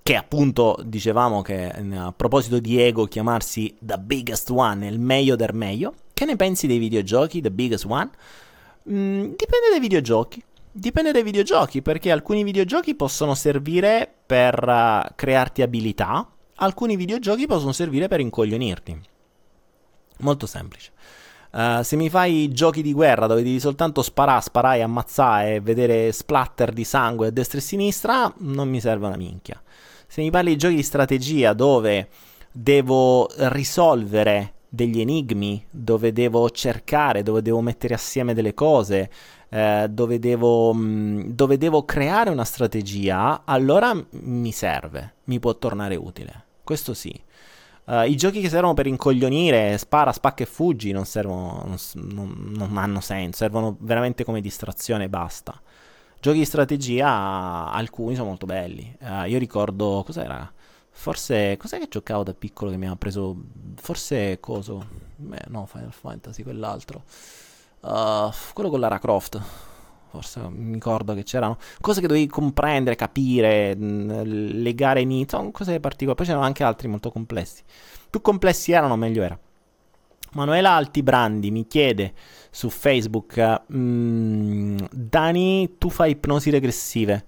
che appunto dicevamo che a proposito di ego chiamarsi The Biggest One, il meglio del meglio. Che ne pensi dei videogiochi, The Biggest One? Dipende dai videogiochi. Dipende dai videogiochi, perché alcuni videogiochi possono servire per crearti abilità, alcuni videogiochi possono servire per incoglionirti. Molto semplice. Se mi fai giochi di guerra dove devi soltanto sparare, ammazzare e vedere splatter di sangue a destra e a sinistra, non mi serve una minchia. Se mi parli di giochi di strategia dove devo risolvere degli enigmi, dove devo cercare, dove devo mettere assieme delle cose, dove devo creare una strategia, allora mi serve, mi può tornare utile. Questo sì. I giochi che servono per incoglionire, spara, spacca e fuggi, non servono, non hanno senso, servono veramente come distrazione e basta. Giochi di strategia, alcuni sono molto belli. Io ricordo, cos'era? Forse, cos'è che giocavo da piccolo che mi aveva preso? Forse coso? No, Final Fantasy, quell'altro. Quello con Lara Croft. Forse mi ricordo che c'erano cose che dovevi comprendere, capire, legare inizio, cose particolari. Poi c'erano anche altri molto complessi. Più complessi erano, meglio era. Manuela Altibrandi mi chiede su Facebook: Dani, tu fai ipnosi regressive?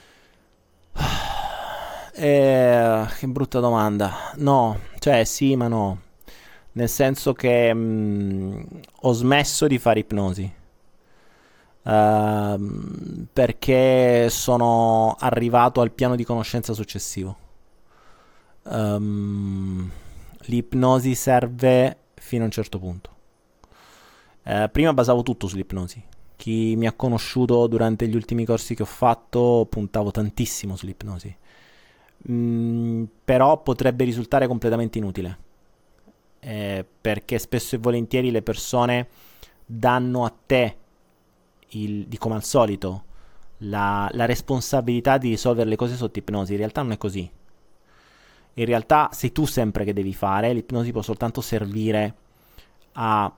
Che brutta domanda. No, cioè sì, ma no. Nel senso che ho smesso di fare ipnosi. Perché sono arrivato al piano di conoscenza successivo. L'ipnosi serve fino a un certo punto. Prima basavo tutto sull'ipnosi. Chi mi ha conosciuto durante gli ultimi corsi che ho fatto puntavo tantissimo sull'ipnosi. Però potrebbe risultare completamente inutile. Perché spesso e volentieri le persone danno a te, di come al solito, la responsabilità di risolvere le cose sotto ipnosi. In realtà non è così. In realtà sei tu sempre che devi fare. L'ipnosi può soltanto servire a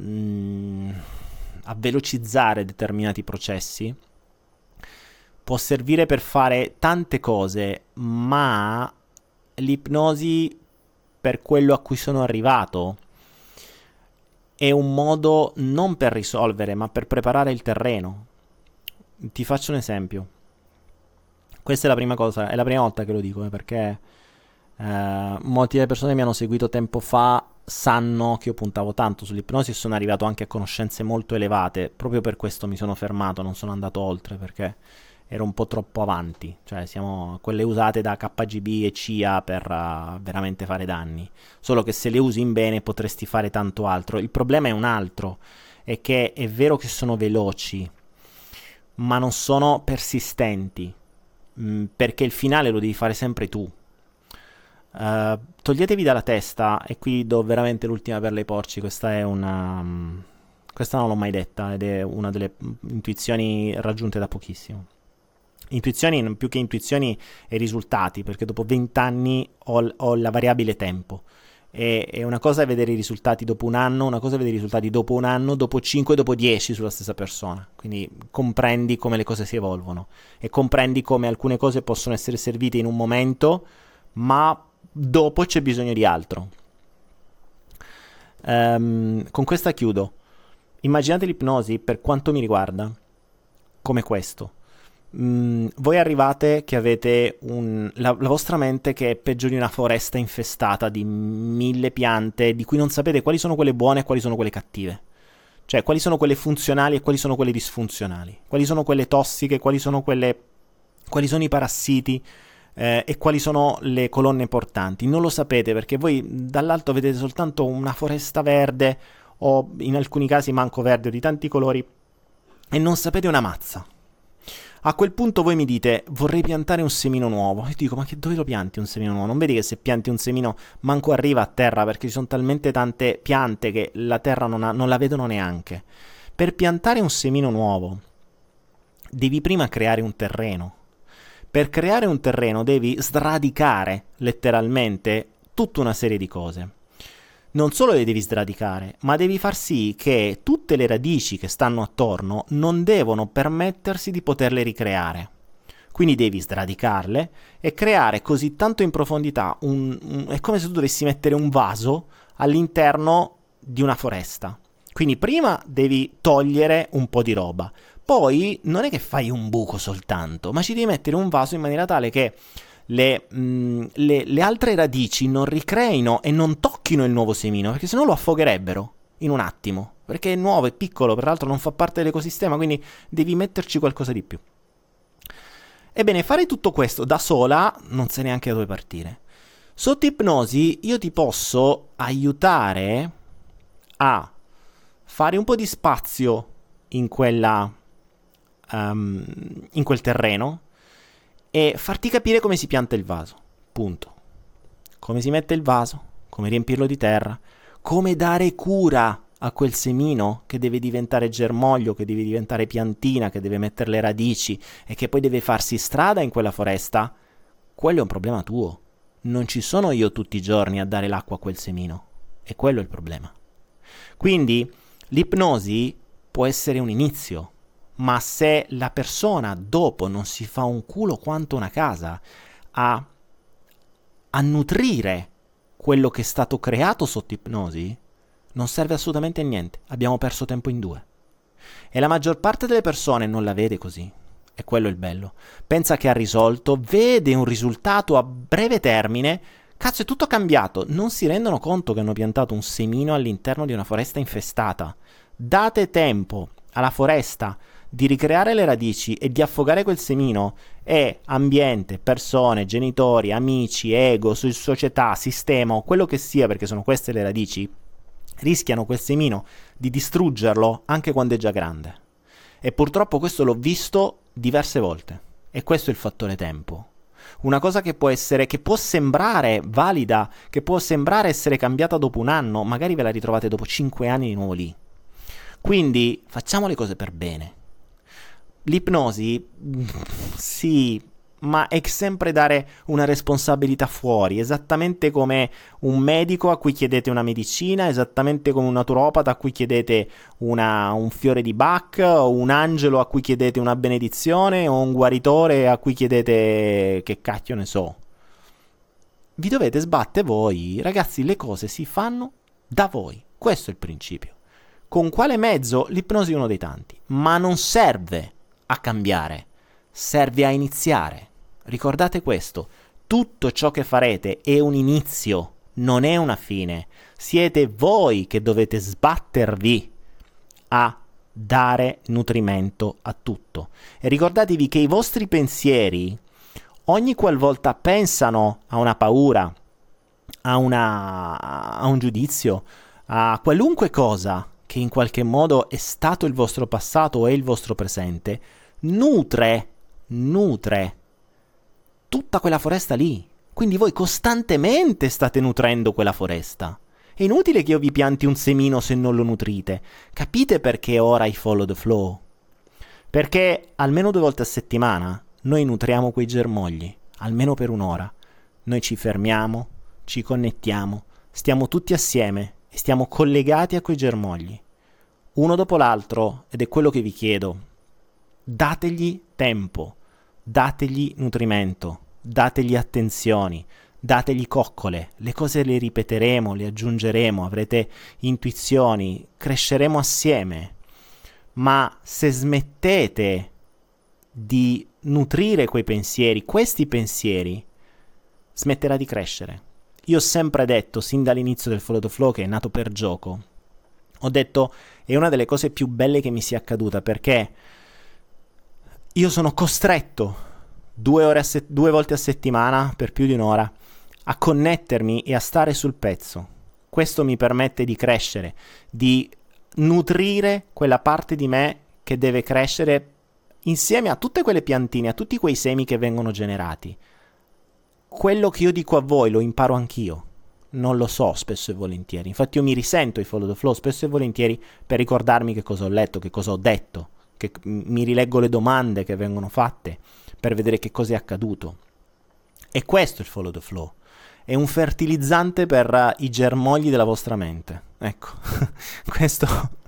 velocizzare determinati processi, può servire per fare tante cose, ma l'ipnosi, per quello a cui sono arrivato, è un modo non per risolvere, ma per preparare il terreno. Ti faccio un esempio. Questa è la prima cosa, è la prima volta che lo dico, perché molte delle persone che mi hanno seguito tempo fa sanno che io puntavo tanto sull'ipnosi e sono arrivato anche a conoscenze molto elevate. Proprio per questo mi sono fermato, non sono andato oltre, perché ero un po' troppo avanti. Cioè siamo quelle usate da KGB e CIA per veramente fare danni. Solo che se le usi in bene potresti fare tanto altro. Il problema è un altro, è che è vero che sono veloci, ma non sono persistenti, perché il finale lo devi fare sempre tu. Toglietevi dalla testa, e qui do veramente l'ultima perla ai porci. Questa è questa non l'ho mai detta ed è una delle intuizioni raggiunte da pochissimo. Intuizioni, più che intuizioni, e risultati, perché dopo 20 anni ho la variabile tempo. E una cosa è vedere i risultati dopo un anno, una cosa è vedere i risultati dopo un anno, dopo 5, dopo 10 sulla stessa persona. Quindi comprendi come le cose si evolvono e comprendi come alcune cose possono essere servite in un momento, ma dopo c'è bisogno di altro. Con questa chiudo. Immaginate l'ipnosi, per quanto mi riguarda, come questo. Voi arrivate che avete la vostra mente che è peggio di una foresta infestata di 1000 piante, di cui non sapete quali sono quelle buone e quali sono quelle cattive. Cioè, quali sono quelle funzionali e quali sono quelle disfunzionali. Quali sono quelle tossiche, quali sono i parassiti, e quali sono le colonne portanti. Non lo sapete, perché voi dall'alto vedete soltanto una foresta verde, o in alcuni casi manco verde, o di tanti colori, e non sapete una mazza. A quel punto voi mi dite: vorrei piantare un semino nuovo. E dico: ma dove lo pianti un semino nuovo? Non vedi che se pianti un semino manco arriva a terra, perché ci sono talmente tante piante che la terra non la vedono neanche. Per piantare un semino nuovo devi prima creare un terreno. Per creare un terreno devi sradicare letteralmente tutta una serie di cose. Non solo le devi sradicare, ma devi far sì che tutte le radici che stanno attorno non devono permettersi di poterle ricreare. Quindi devi sradicarle e creare così tanto in profondità, è come se tu dovessi mettere un vaso all'interno di una foresta. Quindi prima devi togliere un po' di roba, poi non è che fai un buco soltanto, ma ci devi mettere un vaso in maniera tale che le altre radici non ricreino e non tocchino il nuovo semino, perché sennò lo affogherebbero in un attimo, perché è nuovo, è piccolo, peraltro non fa parte dell'ecosistema, quindi devi metterci qualcosa di più. Ebbene, fare tutto questo da sola non sai neanche da dove partire. Sotto ipnosi io ti posso aiutare a fare un po' di spazio in quel terreno e farti capire come si pianta il vaso. Punto. Come si mette il vaso, come riempirlo di terra, come dare cura a quel semino che deve diventare germoglio, che deve diventare piantina, che deve mettere le radici e che poi deve farsi strada in quella foresta. Quello è un problema tuo. Non ci sono io tutti i giorni a dare l'acqua a quel semino. E quello è il problema. Quindi l'ipnosi può essere un inizio, ma se la persona dopo non si fa un culo quanto una casa a nutrire quello che è stato creato sotto ipnosi, non serve assolutamente a niente. Abbiamo perso tempo in due. E la maggior parte delle persone non la vede così. E quello è il bello. Pensa che ha risolto, vede un risultato a breve termine. Cazzo, è tutto cambiato. Non si rendono conto che hanno piantato un semino all'interno di una foresta infestata. Date tempo alla foresta di ricreare le radici e di affogare quel semino, e ambiente, persone, genitori, amici, ego, società, sistema o quello che sia, perché sono queste le radici, rischiano quel semino di distruggerlo anche quando è già grande. E purtroppo questo l'ho visto diverse volte. E questo è il fattore tempo. Una cosa che può sembrare valida, che può sembrare essere cambiata dopo un anno, magari ve la ritrovate dopo 5 anni di nuovo lì. Quindi facciamo le cose per bene. L'ipnosi, sì, ma è sempre dare una responsabilità fuori, esattamente come un medico a cui chiedete una medicina, esattamente come un naturopata a cui chiedete un fiore di Bach, o un angelo a cui chiedete una benedizione, o un guaritore a cui chiedete che cacchio ne so. Vi dovete sbattere voi, ragazzi, le cose si fanno da voi, questo è il principio. Con quale mezzo? L'ipnosi è uno dei tanti, ma non serve a cambiare, serve a iniziare. Ricordate questo, tutto ciò che farete è un inizio, non è una fine. Siete voi che dovete sbattervi a dare nutrimento a tutto. E ricordatevi che i vostri pensieri, ogni qualvolta pensano a una paura, a un giudizio, a qualunque cosa che in qualche modo è stato il vostro passato o è il vostro presente, nutre tutta quella foresta lì. Quindi voi costantemente state nutrendo quella foresta. È inutile che io vi pianti un semino se non lo nutrite. Capite perché ora I follow the flow? Perché almeno 2 volte a settimana noi nutriamo quei germogli, almeno per un'ora. Noi ci fermiamo, ci connettiamo, stiamo tutti assieme e stiamo collegati a quei germogli, uno dopo l'altro, ed è quello che vi chiedo. Dategli tempo, dategli nutrimento, dategli attenzioni, dategli coccole, le cose le ripeteremo, le aggiungeremo, avrete intuizioni, cresceremo assieme. Ma se smettete di nutrire quei pensieri, questi pensieri, smetterà di crescere. Io ho sempre detto, sin dall'inizio del Follow the Flow, che è nato per gioco, ho detto, è una delle cose più belle che mi sia accaduta, perché io sono costretto 2 volte a settimana, per più di un'ora, a connettermi e a stare sul pezzo. Questo mi permette di crescere, di nutrire quella parte di me che deve crescere insieme a tutte quelle piantine, a tutti quei semi che vengono generati. Quello che io dico a voi lo imparo anch'io, non lo so spesso e volentieri. Infatti io mi risento i Follow the Flow spesso e volentieri per ricordarmi che cosa ho letto, che cosa ho detto, che mi rileggo le domande che vengono fatte per vedere che cosa è accaduto. E questo è il Follow the Flow. È un fertilizzante per i germogli della vostra mente. Ecco, questo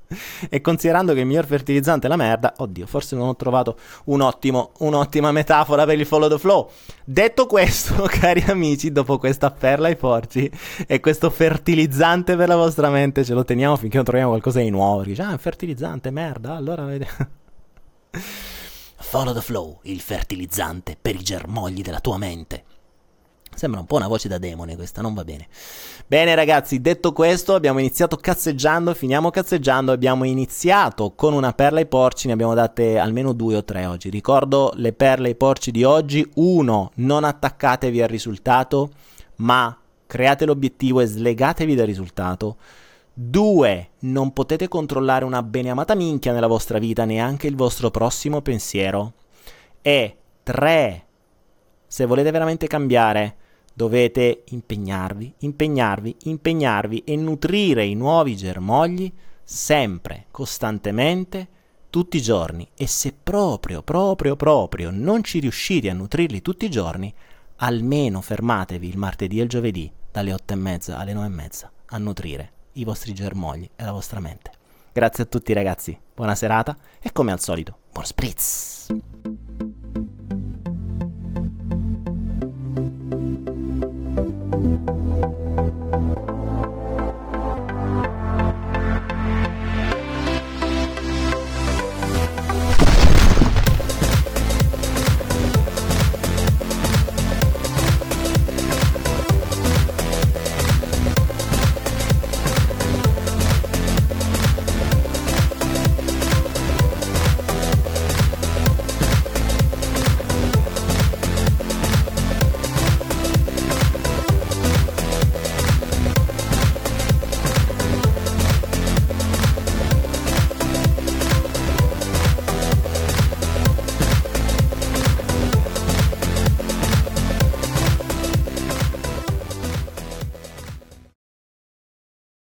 E considerando che il miglior fertilizzante è la merda, oddio, forse non ho trovato un'ottima metafora per il follow the flow. Detto questo, cari amici, dopo questa perla ai porci e questo fertilizzante per la vostra mente, ce lo teniamo finché non troviamo qualcosa di nuovo. Dice, un fertilizzante, merda, allora vediamo. Follow the flow, il fertilizzante per i germogli della tua mente. Sembra un po' una voce da demone questa, non va bene. Bene ragazzi, detto questo, abbiamo iniziato cazzeggiando, finiamo cazzeggiando, abbiamo iniziato con una perla ai porci, ne abbiamo date almeno 2 o 3 oggi. Ricordo le perle ai porci di oggi: 1. Non attaccatevi al risultato, ma create l'obiettivo e slegatevi dal risultato. 2. Non potete controllare una beneamata minchia nella vostra vita, neanche il vostro prossimo pensiero. E 3. Se volete veramente cambiare, dovete impegnarvi e nutrire i nuovi germogli sempre, costantemente, tutti i giorni. E se proprio non ci riuscite a nutrirli tutti i giorni, almeno fermatevi il martedì e il giovedì dalle 8:30 alle 9:30 a nutrire i vostri germogli e la vostra mente. Grazie a tutti ragazzi, buona serata e come al solito, buon spritz!